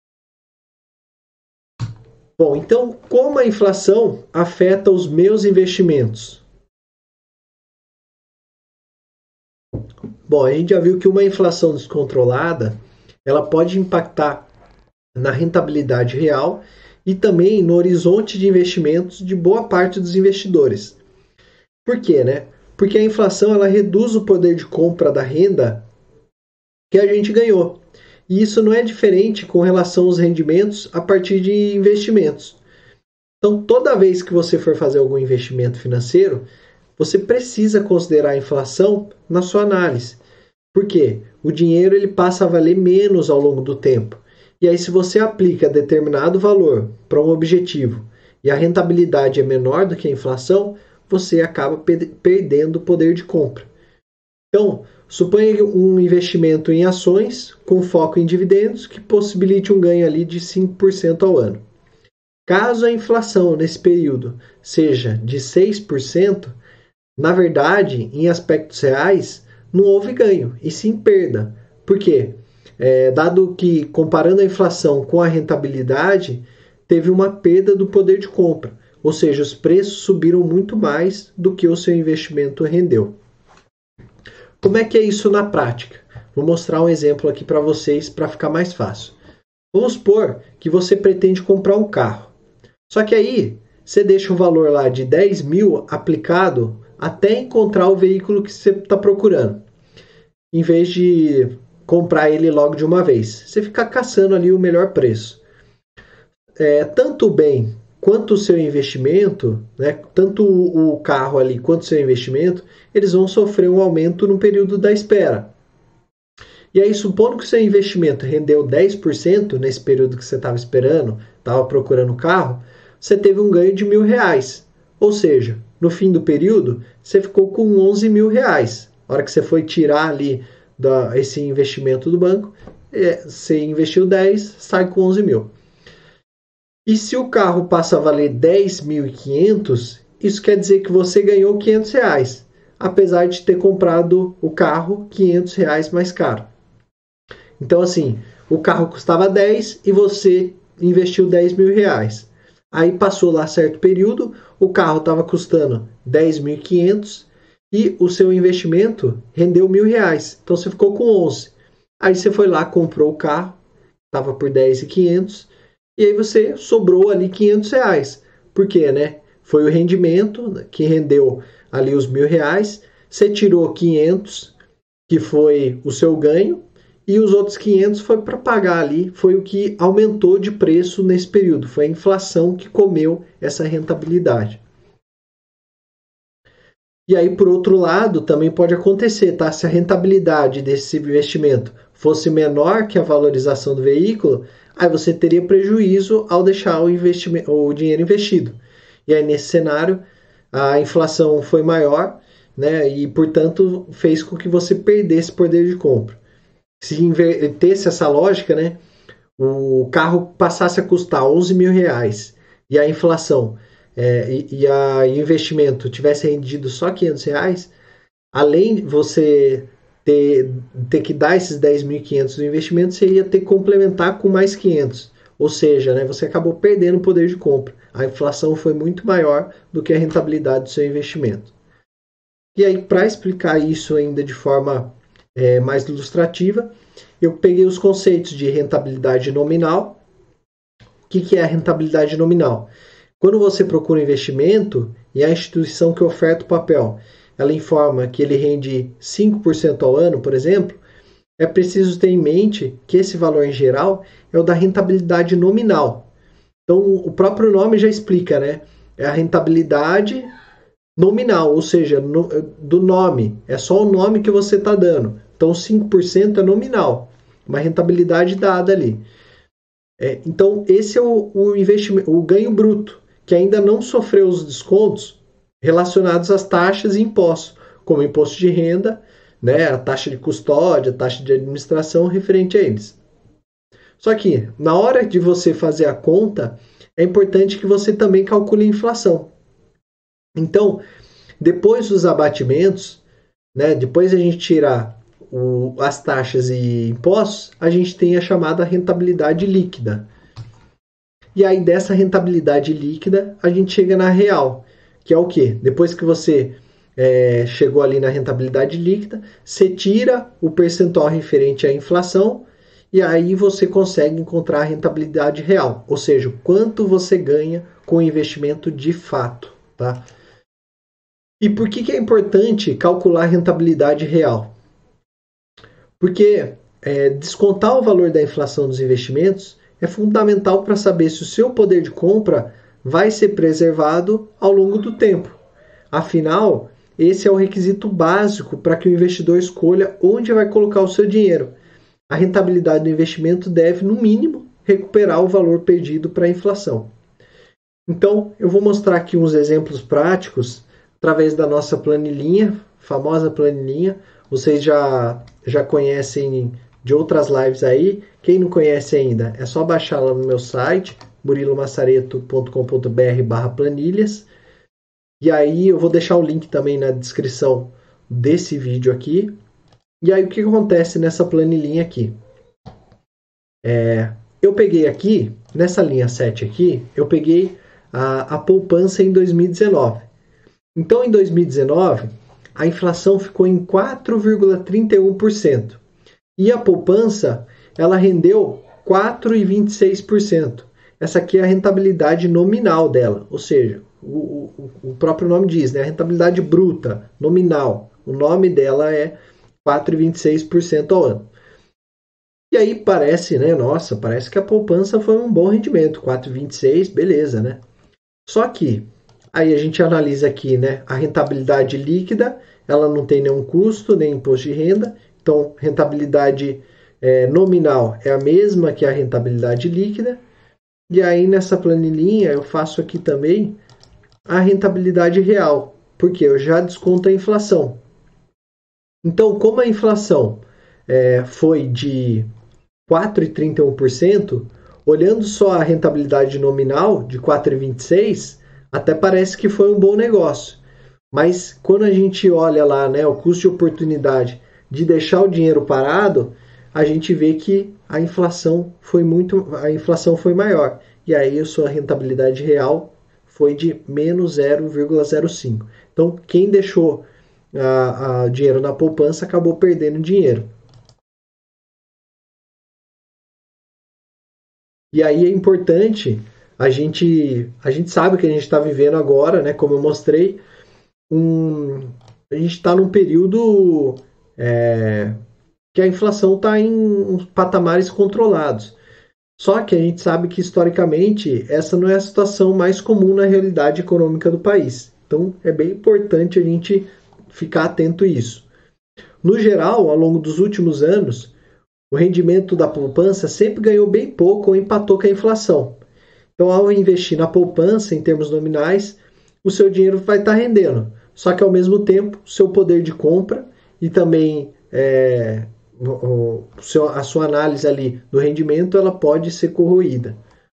Bom, então, como a inflação afeta os meus investimentos? Bom, a gente já viu que uma inflação descontrolada, ela pode impactar na rentabilidade real e também no horizonte de investimentos de boa parte dos investidores. Por quê, né? Porque a inflação ela reduz o poder de compra da renda que a gente ganhou. E isso não é diferente com relação aos rendimentos a partir de investimentos. Então, toda vez que você for fazer algum investimento financeiro, você precisa considerar a inflação na sua análise. Por quê? O dinheiro ele passa a valer menos ao longo do tempo. E aí, se você aplica determinado valor para um objetivo e a rentabilidade é menor do que a inflação, você acaba perdendo o poder de compra. Então, suponha um investimento em ações com foco em dividendos que possibilite um ganho ali de 5% ao ano. Caso a inflação nesse período seja de 6%, na verdade, em aspectos reais, não houve ganho, e sim perda. Por quê? Dado que, comparando a inflação com a rentabilidade, teve uma perda do poder de compra, ou seja, os preços subiram muito mais do que o seu investimento rendeu. Como é que é isso na prática? Vou mostrar um exemplo aqui para vocês para ficar mais fácil. Vamos supor que você pretende comprar um carro. Só que aí você deixa o valor lá de 10 mil aplicado até encontrar o veículo que você está procurando, em vez de comprar ele logo de uma vez. Você fica caçando ali o melhor preço. Tanto o bem quanto o seu investimento, né, tanto o carro ali quanto o seu investimento, eles vão sofrer um aumento no período da espera. E aí, supondo que o seu investimento rendeu 10% nesse período que você estava esperando, estava procurando o carro, você teve um ganho de R$1.000. Ou seja, no fim do período, você ficou com R$11.000. A hora que você foi tirar ali esse investimento do banco, você investiu 10, sai com 11 mil. E se o carro passa a valer 10.500, isso quer dizer que você ganhou R$500, apesar de ter comprado o carro R$500 mais caro. Então, assim, o carro custava 10 e você investiu R$10.000. Aí passou lá certo período, o carro estava custando 10.500 e o seu investimento rendeu R$1.000. Então você ficou com 11. Aí você foi lá, comprou o carro, estava por 10.500 e aí você sobrou ali R$500. Por quê, né? Foi o rendimento que rendeu ali os R$1.000. Você tirou 500, que foi o seu ganho, e os outros 500 foi para pagar ali, foi o que aumentou de preço nesse período, foi a inflação que comeu essa rentabilidade. E aí, por outro lado, também pode acontecer, tá? Se a rentabilidade desse investimento fosse menor que a valorização do veículo, aí você teria prejuízo ao deixar o dinheiro investido. E aí, nesse cenário, a inflação foi maior, né? E, portanto, fez com que você perdesse poder de compra. Se invertesse essa lógica, né, o carro passasse a custar R$11.000 e a inflação e o investimento tivesse rendido só R$500, além de você ter que dar esses 10.500 do investimento, você ia ter que complementar com mais 500. Ou seja, né, você acabou perdendo o poder de compra. A inflação foi muito maior do que a rentabilidade do seu investimento. E aí, para explicar isso ainda de forma mais ilustrativa, eu peguei os conceitos de rentabilidade nominal. O que é a rentabilidade nominal? Quando você procura um investimento e a instituição que oferta o papel, ela informa que ele rende 5% ao ano, por exemplo, é preciso ter em mente que esse valor em geral é o da rentabilidade nominal. Então, o próprio nome já explica, né? É a rentabilidade nominal, ou seja, do nome. É só o nome que você está dando. Então, 5% é nominal, uma rentabilidade dada ali. Então, esse é o investimento, o ganho bruto, que ainda não sofreu os descontos relacionados às taxas e impostos, como imposto de renda, né, a taxa de custódia, a taxa de administração referente a eles. Só que, na hora de você fazer a conta, é importante que você também calcule a inflação. Então, depois dos abatimentos, né, depois a gente tirar as taxas e impostos, a gente tem a chamada rentabilidade líquida. E aí, dessa rentabilidade líquida, a gente chega na real, que é o quê? Depois que você chegou ali na rentabilidade líquida, você tira o percentual referente à inflação e aí você consegue encontrar a rentabilidade real, ou seja, quanto você ganha com o investimento de fato, tá? E por que é importante calcular a rentabilidade real? Porque descontar o valor da inflação dos investimentos é fundamental para saber se o seu poder de compra vai ser preservado ao longo do tempo. Afinal, esse é o requisito básico para que o investidor escolha onde vai colocar o seu dinheiro. A rentabilidade do investimento deve, no mínimo, recuperar o valor perdido para a inflação. Então, eu vou mostrar aqui uns exemplos práticos através da nossa planilhinha, famosa planilhinha. Vocês já conhecem de outras lives aí. Quem não conhece ainda, é só baixar lá no meu site, murilomassareto.com.br/planilhas. E aí eu vou deixar o link também na descrição desse vídeo aqui. E aí o que acontece nessa planilhinha aqui? Eu peguei aqui, nessa linha 7 aqui, eu peguei a poupança em 2019. Então, em 2019, a inflação ficou em 4,31%. E a poupança, ela rendeu 4,26%. Essa aqui é a rentabilidade nominal dela, ou seja, o próprio nome diz, né? A rentabilidade bruta, nominal. O nome dela é 4,26% ao ano. E aí parece, né? Nossa, parece que a poupança foi um bom rendimento, 4,26, beleza, né? Só que aí a gente analisa aqui, né? A rentabilidade líquida, ela não tem nenhum custo, nem imposto de renda. Então, rentabilidade nominal é a mesma que a rentabilidade líquida. E aí nessa planilhinha eu faço aqui também a rentabilidade real, porque eu já desconto a inflação. Então, como a inflação foi de 4,31%, olhando só a rentabilidade nominal de 4,26%, até parece que foi um bom negócio. Mas quando a gente olha lá, né, o custo de oportunidade de deixar o dinheiro parado, a gente vê que a inflação foi maior. E aí a sua rentabilidade real foi de menos 0,05. Então, quem deixou dinheiro na poupança acabou perdendo dinheiro. E aí é importante, a gente sabe que a gente está vivendo agora, né? Como eu mostrei, a gente está num período que a inflação está em patamares controlados. Só que a gente sabe que historicamente essa não é a situação mais comum na realidade econômica do país. Então é bem importante a gente ficar atento a isso. No geral, ao longo dos últimos anos, o rendimento da poupança sempre ganhou bem pouco ou empatou com a inflação. Então, ao investir na poupança, em termos nominais, o seu dinheiro vai estar rendendo. Só que, ao mesmo tempo, o seu poder de compra e também a sua análise ali do rendimento, ela pode ser corroída.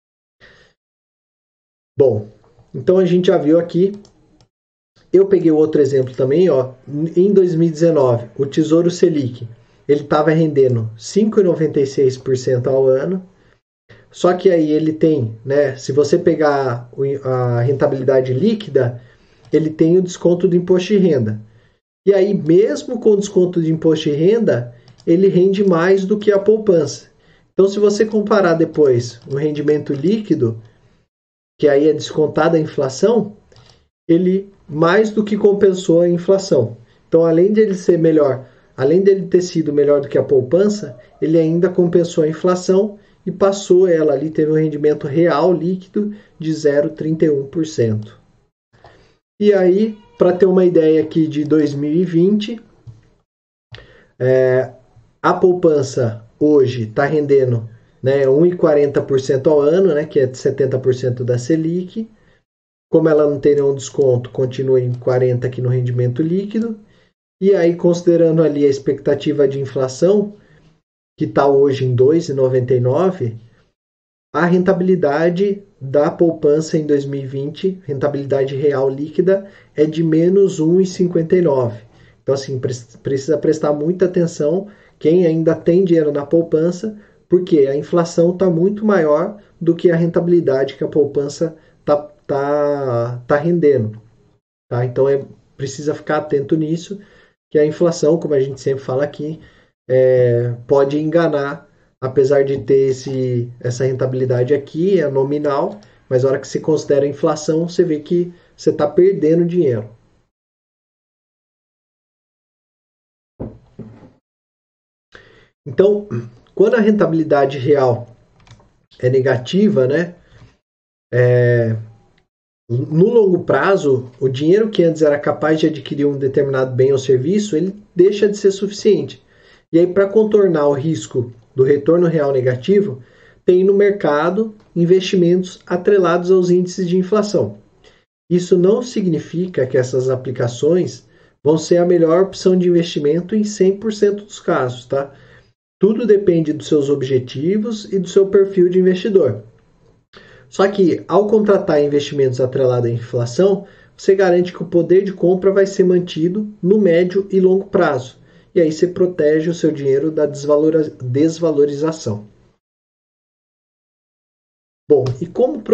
Bom, então a gente já viu aqui. Eu peguei outro exemplo também, ó. Em 2019, o Tesouro Selic, ele estava rendendo 5,96% ao ano. Só que aí ele tem, né? Se você pegar a rentabilidade líquida, ele tem o desconto do imposto de renda. E aí, mesmo com o desconto de imposto de renda, ele rende mais do que a poupança. Então, se você comparar depois o rendimento líquido, que aí é descontada a inflação, ele mais do que compensou a inflação. Então, além de ele ser melhor além dele ter sido melhor do que a poupança, ele ainda compensou a inflação e passou ela ali, teve um rendimento real líquido de 0,31%. E aí, para ter uma ideia aqui de 2020, a poupança hoje está rendendo, né, 1,40% ao ano, né, que é 70% da Selic. Como ela não tem nenhum desconto, continua em 40% aqui no rendimento líquido. E aí, considerando ali a expectativa de inflação, que está hoje em 2,99, a rentabilidade da poupança em 2020, rentabilidade real líquida, é de menos 1,59. Então, assim, precisa prestar muita atenção quem ainda tem dinheiro na poupança, porque a inflação está muito maior do que a rentabilidade que a poupança está rendendo. Tá? Então, precisa ficar atento nisso, que a inflação, como a gente sempre fala aqui, pode enganar, apesar de ter essa rentabilidade aqui, é nominal, mas na hora que você considera a inflação, você vê que você está perdendo dinheiro. Então, quando a rentabilidade real é negativa, né, no longo prazo, o dinheiro que antes era capaz de adquirir um determinado bem ou serviço, ele deixa de ser suficiente. E aí, para contornar o risco do retorno real negativo, tem no mercado investimentos atrelados aos índices de inflação. Isso não significa que essas aplicações vão ser a melhor opção de investimento em 100% dos casos, tá? Tudo depende dos seus objetivos e do seu perfil de investidor. Só que, ao contratar investimentos atrelados à inflação, você garante que o poder de compra vai ser mantido no médio e longo prazo. E aí você protege o seu dinheiro da desvalorização. Bom, e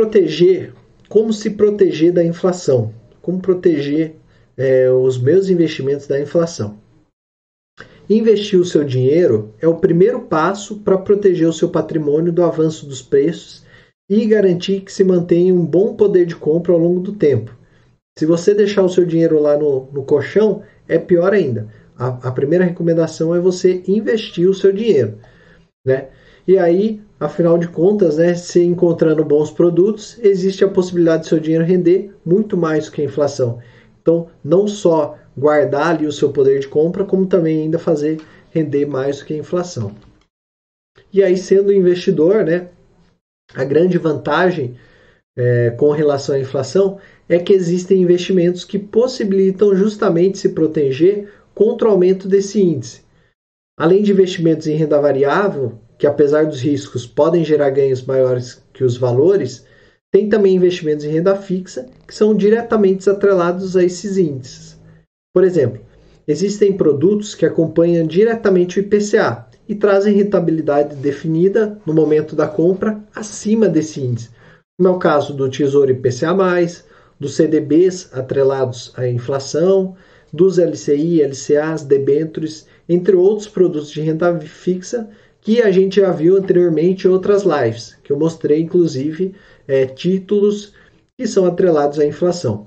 como se proteger da inflação? Como proteger os meus investimentos da inflação? Investir o seu dinheiro é o primeiro passo para proteger o seu patrimônio do avanço dos preços e garantir que se mantenha um bom poder de compra ao longo do tempo. Se você deixar o seu dinheiro lá no colchão, é pior ainda. A primeira recomendação é você investir o seu dinheiro, né? E aí, afinal de contas, né, se encontrando bons produtos, existe a possibilidade de seu dinheiro render muito mais do que a inflação. Então, não só guardar ali o seu poder de compra, como também ainda fazer render mais do que a inflação. E aí, sendo investidor, né, a grande vantagem com relação à inflação é que existem investimentos que possibilitam justamente se proteger contra o aumento desse índice. Além de investimentos em renda variável, que apesar dos riscos podem gerar ganhos maiores que os valores, tem também investimentos em renda fixa que são diretamente atrelados a esses índices. Por exemplo, existem produtos que acompanham diretamente o IPCA e trazem rentabilidade definida no momento da compra acima desse índice. No é o caso do Tesouro IPCA+, dos CDBs atrelados à inflação, dos LCI, LCAs, debêntures, entre outros produtos de renda fixa que a gente já viu anteriormente em outras lives, que eu mostrei inclusive títulos que são atrelados à inflação.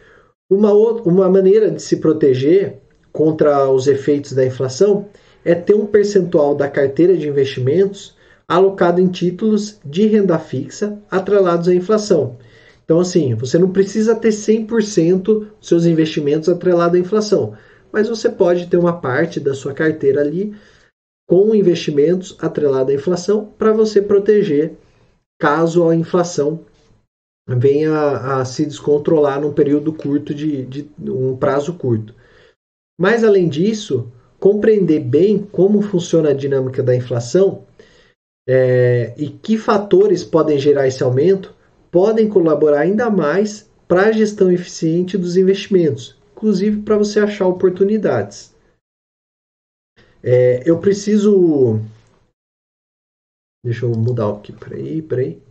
Uma maneira de se proteger contra os efeitos da inflação é ter um percentual da carteira de investimentos alocado em títulos de renda fixa atrelados à inflação. Então, assim, você não precisa ter 100% dos seus investimentos atrelados à inflação, mas você pode ter uma parte da sua carteira ali com investimentos atrelados à inflação para você proteger caso a inflação venha a se descontrolar num período curto, de um prazo curto. Mas, além disso, compreender bem como funciona a dinâmica da inflação e que fatores podem gerar esse aumento podem colaborar ainda mais para a gestão eficiente dos investimentos, inclusive para você achar oportunidades. Eu preciso... Deixa eu mudar aqui, peraí.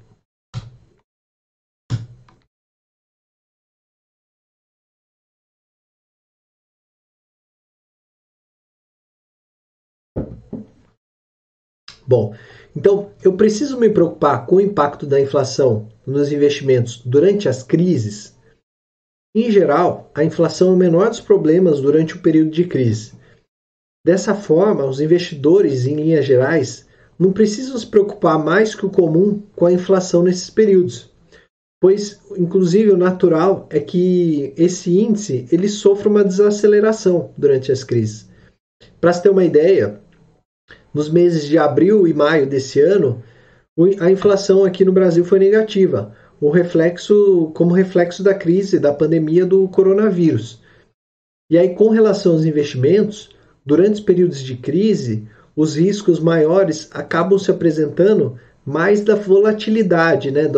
Bom, então eu preciso me preocupar com o impacto da inflação nos investimentos durante as crises? Em geral, a inflação é o menor dos problemas durante o período de crise. Dessa forma, os investidores, em linhas gerais, não precisam se preocupar mais que o comum com a inflação nesses períodos, pois, inclusive, o natural é que esse índice ele sofra uma desaceleração durante as crises. Para se ter uma ideia, nos meses de abril e maio desse ano, a inflação aqui no Brasil foi negativa, como reflexo da crise da pandemia do coronavírus. E aí, com relação aos investimentos, durante os períodos de crise, os riscos maiores acabam se apresentando mais da volatilidade, né,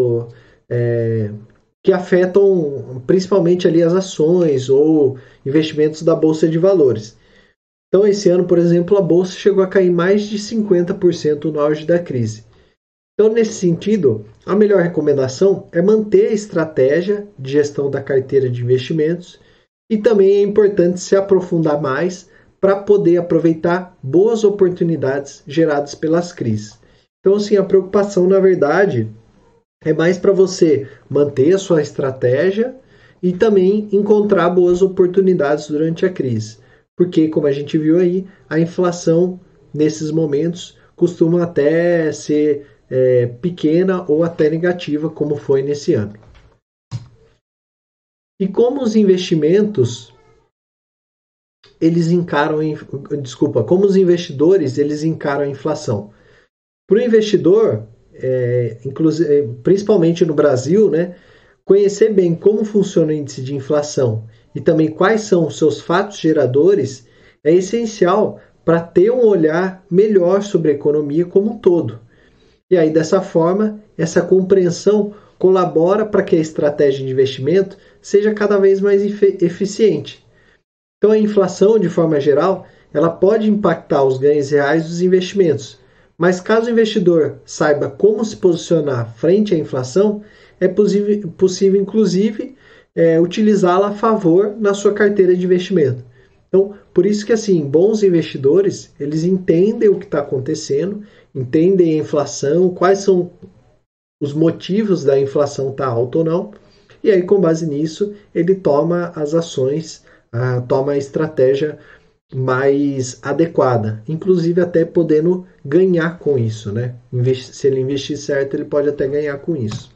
que afetam principalmente ali as ações ou investimentos da Bolsa de Valores. Então, esse ano, por exemplo, a Bolsa chegou a cair mais de 50% no auge da crise. Então, nesse sentido, a melhor recomendação é manter a estratégia de gestão da carteira de investimentos e também é importante se aprofundar mais para poder aproveitar boas oportunidades geradas pelas crises. Então, assim, a preocupação, na verdade, é mais para você manter a sua estratégia e também encontrar boas oportunidades durante a crise. Porque, como a gente viu aí, a inflação nesses momentos costuma até ser pequena ou até negativa, como foi nesse ano. E como os investimentos como os investidores eles encaram a inflação? Para o investidor, principalmente no Brasil, né, conhecer bem como funciona o índice de inflação e também quais são os seus fatos geradores é essencial para ter um olhar melhor sobre a economia como um todo. E aí, dessa forma, essa compreensão colabora para que a estratégia de investimento seja cada vez mais eficiente. Então, a inflação, de forma geral, ela pode impactar os ganhos reais dos investimentos, mas caso o investidor saiba como se posicionar frente à inflação, é possível inclusive, utilizá-la a favor na sua carteira de investimento. Então, por isso que, assim, bons investidores, eles entendem o que está acontecendo, entendem a inflação, quais são os motivos da inflação estar alta ou não, e aí, com base nisso, ele toma as ações, toma a estratégia mais adequada, inclusive até podendo ganhar com isso, né? Se ele investir certo, ele pode até ganhar com isso.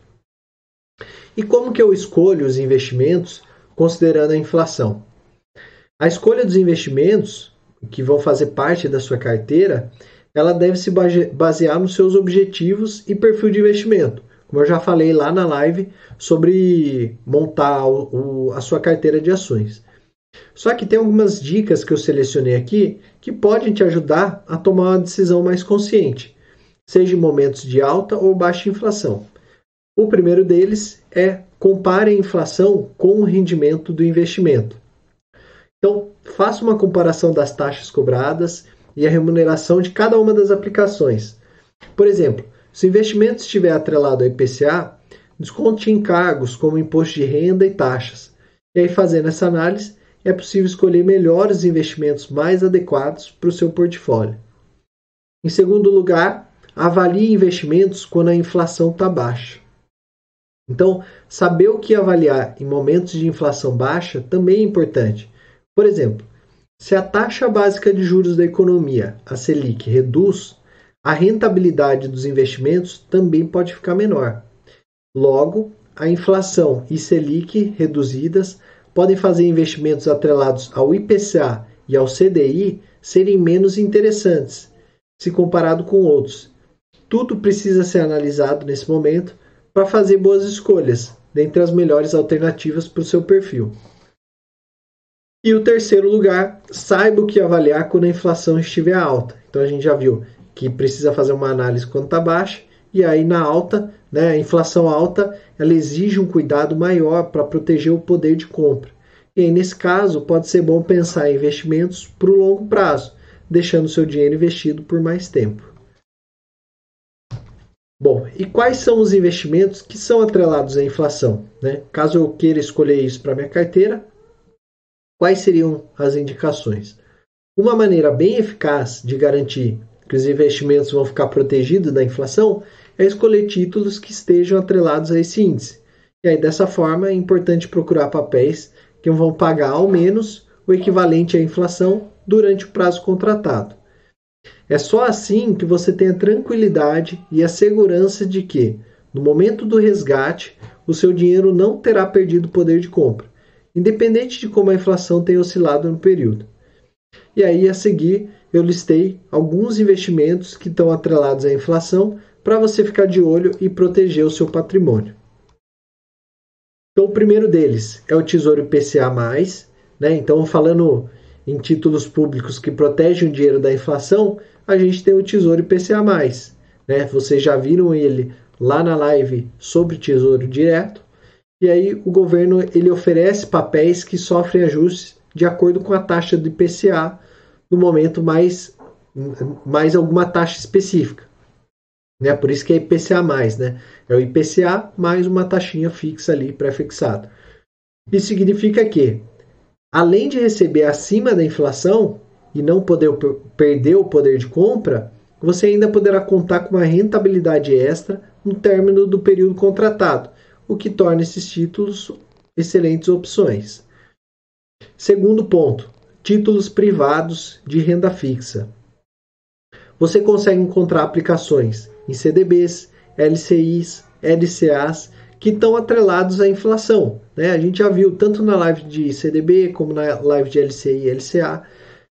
E como que eu escolho os investimentos considerando a inflação? A escolha dos investimentos que vão fazer parte da sua carteira, ela deve se basear nos seus objetivos e perfil de investimento. Como eu já falei lá na live sobre montar a sua carteira de ações. Só que tem algumas dicas que eu selecionei aqui que podem te ajudar a tomar uma decisão mais consciente, seja em momentos de alta ou baixa inflação. O primeiro deles é compare a inflação com o rendimento do investimento. Então, faça uma comparação das taxas cobradas e a remuneração de cada uma das aplicações. Por exemplo, se o investimento estiver atrelado ao IPCA, desconte encargos como imposto de renda e taxas. E aí, fazendo essa análise, é possível escolher melhores investimentos mais adequados para o seu portfólio. Em segundo lugar, avalie investimentos quando a inflação está baixa. Então, saber o que avaliar em momentos de inflação baixa também é importante. Por exemplo, se a taxa básica de juros da economia, a Selic, reduz, a rentabilidade dos investimentos também pode ficar menor. Logo, a inflação e Selic reduzidas podem fazer investimentos atrelados ao IPCA e ao CDI serem menos interessantes, se comparado com outros. Tudo precisa ser analisado nesse momento para fazer boas escolhas, dentre as melhores alternativas para o seu perfil. E o terceiro lugar, saiba o que avaliar quando a inflação estiver alta. Então a gente já viu que precisa fazer uma análise quando está baixa, e aí na alta, né, a inflação alta, ela exige um cuidado maior para proteger o poder de compra. E aí nesse caso pode ser bom pensar em investimentos para o longo prazo, deixando seu dinheiro investido por mais tempo. Bom, e quais são os investimentos que são atrelados à inflação, né? Caso eu queira escolher isso para minha carteira, quais seriam as indicações? Uma maneira bem eficaz de garantir que os investimentos vão ficar protegidos da inflação é escolher títulos que estejam atrelados a esse índice. E aí, dessa forma, é importante procurar papéis que vão pagar ao menos o equivalente à inflação durante o prazo contratado. É só assim que você tem a tranquilidade e a segurança de que, no momento do resgate, o seu dinheiro não terá perdido o poder de compra, independente de como a inflação tenha oscilado no período. E aí, a seguir, eu listei alguns investimentos que estão atrelados à inflação para você ficar de olho e proteger o seu patrimônio. Então, o primeiro deles é o Tesouro IPCA+, né? Então, falando em títulos públicos que protegem o dinheiro da inflação, a gente tem o Tesouro IPCA+, né? Vocês já viram ele lá na live sobre Tesouro Direto. E aí o governo ele oferece papéis que sofrem ajustes de acordo com a taxa do IPCA no momento mais alguma taxa específica. Né? Por isso que é IPCA+, né? É o IPCA mais uma taxinha fixa ali, pré-fixada. Isso significa que, além de receber acima da inflação e não poder perder o poder de compra, você ainda poderá contar com uma rentabilidade extra no término do período contratado, o que torna esses títulos excelentes opções. Segundo ponto, títulos privados de renda fixa. Você consegue encontrar aplicações em CDBs, LCIs, LCAs, que estão atrelados à inflação. Né? A gente já viu tanto na live de CDB como na live de LCI e LCA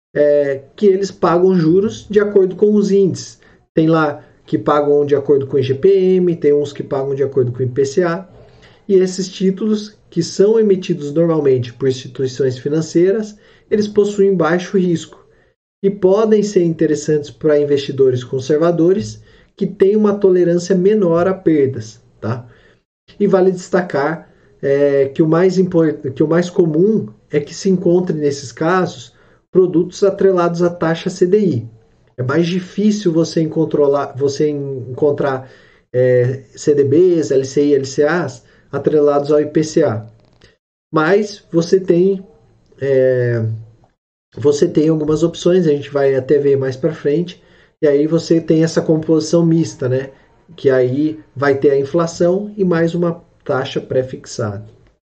que eles pagam juros de acordo com os índices. Tem lá que pagam de acordo com o IGPM, tem uns que pagam de acordo com o IPCA. E esses títulos, que são emitidos normalmente por instituições financeiras, eles possuem baixo risco e podem ser interessantes para investidores conservadores que têm uma tolerância menor a perdas. Tá? E vale destacar que o mais comum é que se encontre nesses casos produtos atrelados à taxa CDI. É mais difícil você encontrar CDBs, LCI, LCAs atrelados ao IPCA. Mas você tem algumas opções, a gente vai até ver mais para frente, e aí você tem essa composição mista, né? Que aí vai ter a inflação e mais uma taxa pré-fixada.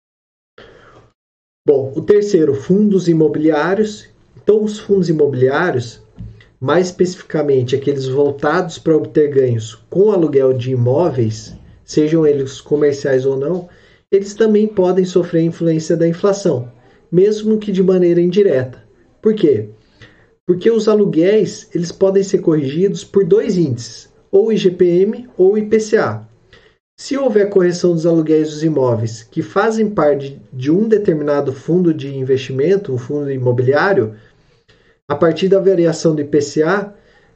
Bom, o terceiro, fundos imobiliários. Então, os fundos imobiliários, mais especificamente aqueles voltados para obter ganhos com aluguel de imóveis, sejam eles comerciais ou não, eles também podem sofrer influência da inflação, mesmo que de maneira indireta. Por quê? Porque os aluguéis eles podem ser corrigidos por dois índices, ou IGPM ou IPCA. Se houver correção dos aluguéis dos imóveis que fazem parte de um determinado fundo de investimento, um fundo imobiliário, a partir da variação do IPCA,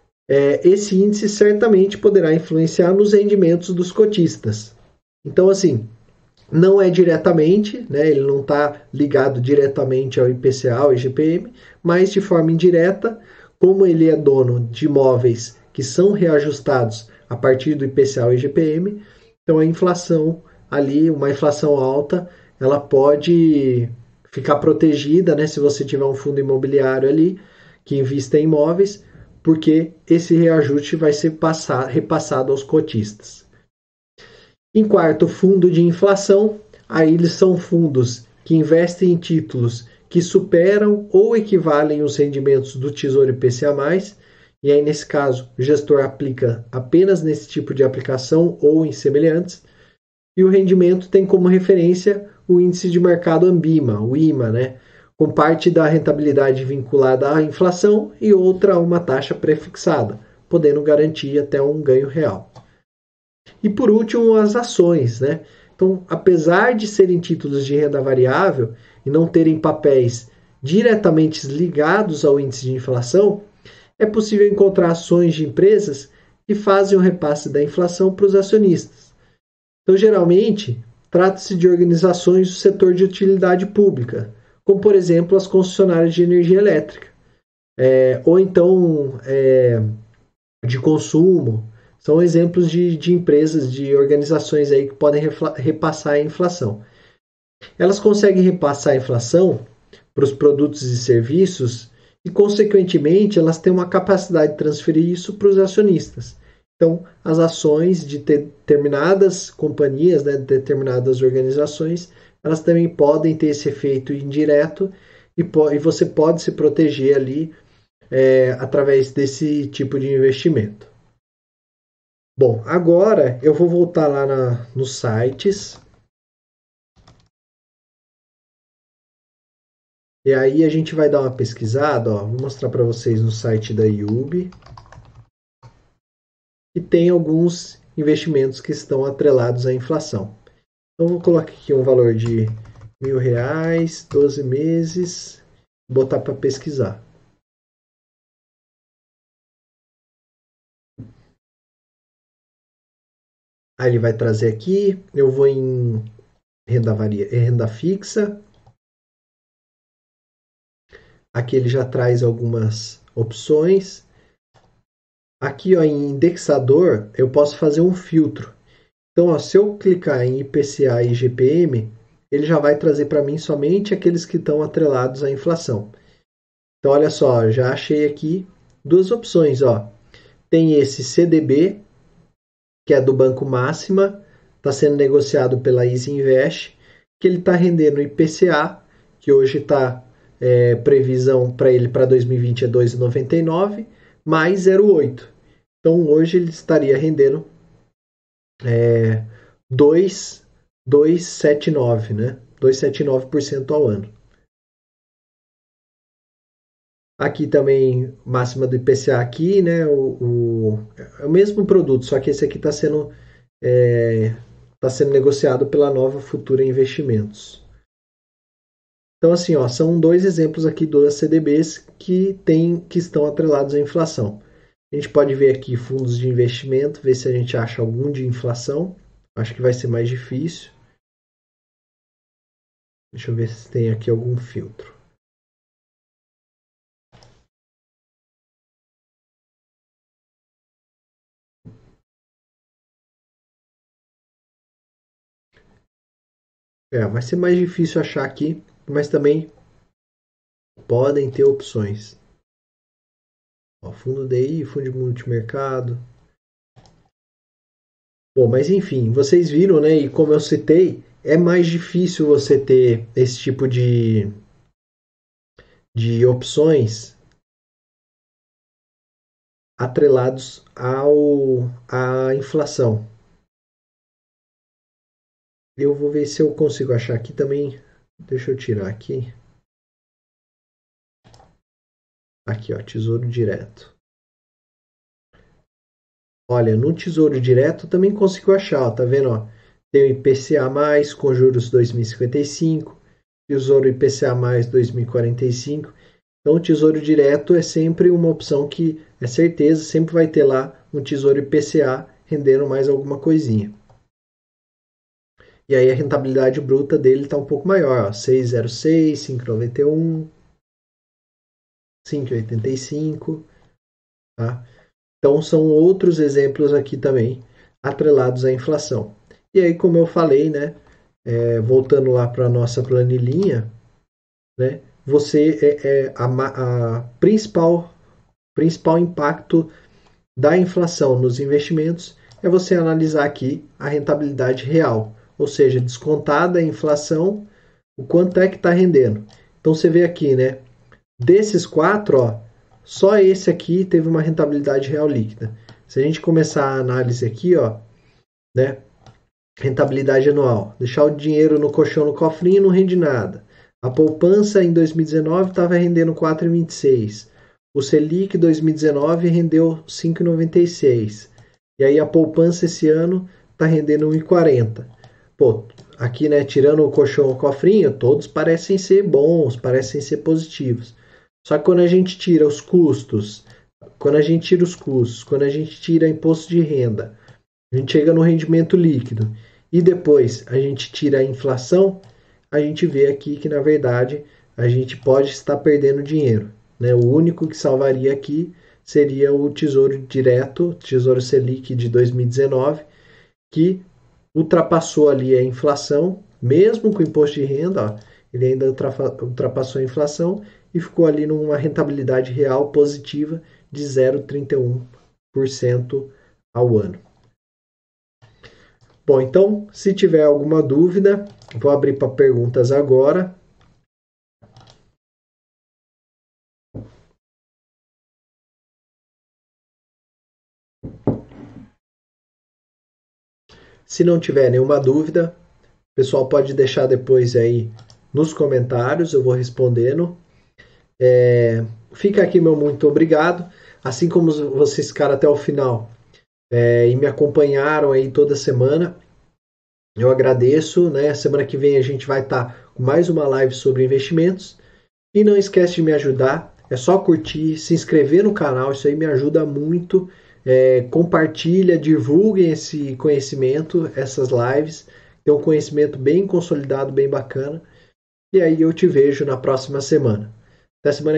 esse índice certamente poderá influenciar nos rendimentos dos cotistas. Então, assim, não é diretamente, né, ele não está ligado diretamente ao IPCA, ao IGPM, mas de forma indireta, como ele é dono de imóveis que são reajustados a partir do IPCA ou IGPM, então a inflação ali, uma inflação alta, ela pode ficar protegida, né, se você tiver um fundo imobiliário ali que invista em imóveis, porque esse reajuste vai ser repassado aos cotistas. Em quarto, fundo de inflação. Aí eles são fundos que investem em títulos que superam ou equivalem os rendimentos do Tesouro IPCA+, e aí nesse caso o gestor aplica apenas nesse tipo de aplicação ou em semelhantes, e o rendimento tem como referência o índice de mercado Ambima, o IMA, né? Com parte da rentabilidade vinculada à inflação e outra a uma taxa prefixada, podendo garantir até um ganho real. E por último, as ações, né? Então, apesar de serem títulos de renda variável e não terem papéis diretamente ligados ao índice de inflação, é possível encontrar ações de empresas que fazem o repasse da inflação para os acionistas. Então, geralmente, trata-se de organizações do setor de utilidade pública, como, por exemplo, as concessionárias de energia elétrica, ou então de consumo. São exemplos de empresas, de organizações aí que podem repassar a inflação. Elas conseguem repassar a inflação para os produtos e serviços e, consequentemente, elas têm uma capacidade de transferir isso para os acionistas. Então, as ações de determinadas companhias, né, de determinadas organizações, elas também podem ter esse efeito indireto e você pode se proteger ali através desse tipo de investimento. Bom, agora eu vou voltar lá nos sites. E aí a gente vai dar uma pesquisada, ó, vou mostrar para vocês no site da IUB, e tem alguns investimentos que estão atrelados à inflação. Então vou colocar aqui um valor de R$ 1.000, 12 meses, botar para pesquisar. Aí ele vai trazer aqui, eu vou em renda fixa. Aqui ele já traz algumas opções. Aqui ó, em indexador eu posso fazer um filtro. Então, ó, se eu clicar em IPCA e IGPM, ele já vai trazer para mim somente aqueles que estão atrelados à inflação. Então, olha só, já achei aqui duas opções. Ó. Tem esse CDB, que é do Banco Máxima, está sendo negociado pela Easy Invest, que ele está rendendo IPCA, que hoje está previsão para ele para 2020 é 2,99, mais 0,8. Então, hoje ele estaria rendendo 2,79, né? 2,79% ao ano. Aqui também, máxima do IPCA aqui, né? É o mesmo produto, só que esse aqui tá sendo negociado pela Nova Futura Investimentos. Então, assim, ó, são dois exemplos aqui dos CDBs que estão atrelados à inflação. A gente pode ver aqui fundos de investimento, ver se a gente acha algum de inflação. Acho que vai ser mais difícil. Deixa eu ver se tem aqui algum filtro. Vai ser mais difícil achar aqui, mas também podem ter opções. Ó, fundo DI, fundo de multimercado. Bom, mas enfim, vocês viram, né? E como eu citei, é mais difícil você ter esse tipo de opções atrelados à inflação. Eu vou ver se eu consigo achar aqui também. Deixa eu tirar aqui. Aqui, ó, Tesouro Direto. Olha, no Tesouro Direto também consigo achar, ó, tá vendo? Ó? Tem o IPCA+, com juros 2055, Tesouro IPCA+, 2045. Então, o Tesouro Direto é sempre uma opção que é certeza, sempre vai ter lá um Tesouro IPCA rendendo mais alguma coisinha. E aí a rentabilidade bruta dele está um pouco maior, ó, 6,06, 5,91, 5,85, tá? Então são outros exemplos aqui também atrelados à inflação. E aí, como eu falei, né, voltando lá para a nossa planilhinha, né, você a principal impacto da inflação nos investimentos é você analisar aqui a rentabilidade real, ou seja, descontada a inflação, o quanto é que está rendendo. Então você vê aqui, né, desses quatro, ó, só esse aqui teve uma rentabilidade real líquida. Se a gente começar a análise aqui, ó, né, rentabilidade anual, deixar o dinheiro no colchão no cofrinho não rende nada. A poupança em 2019 estava rendendo 4,26. O Selic 2019 rendeu 5,96. E aí a poupança esse ano está rendendo 1,40. Pô, aqui, né, tirando o colchão o cofrinho, todos parecem ser bons, parecem ser positivos. Só que quando a gente tira os custos, quando a gente tira os custos, quando a gente tira imposto de renda, a gente chega no rendimento líquido e depois a gente tira a inflação, a gente vê aqui que na verdade a gente pode estar perdendo dinheiro. Né? O único que salvaria aqui seria o Tesouro Direto, Tesouro Selic de 2019, que ultrapassou ali a inflação, mesmo com o imposto de renda, ó, ele ainda ultrapassou a inflação e ficou ali numa rentabilidade real positiva de 0,31% ao ano. Bom, então, se tiver alguma dúvida, vou abrir para perguntas agora. Se não tiver nenhuma dúvida, o pessoal pode deixar depois aí nos comentários, eu vou respondendo. Fica aqui meu muito obrigado. Assim como vocês ficaram até o final e me acompanharam aí toda semana, eu agradeço. Né? Semana que vem a gente vai estar com mais uma live sobre investimentos. E não esquece de me ajudar. É só curtir, se inscrever no canal, isso aí me ajuda muito. Compartilha, divulguem esse conhecimento, essas lives. Tem um conhecimento bem consolidado, bem bacana. E aí eu te vejo na próxima semana. Até semana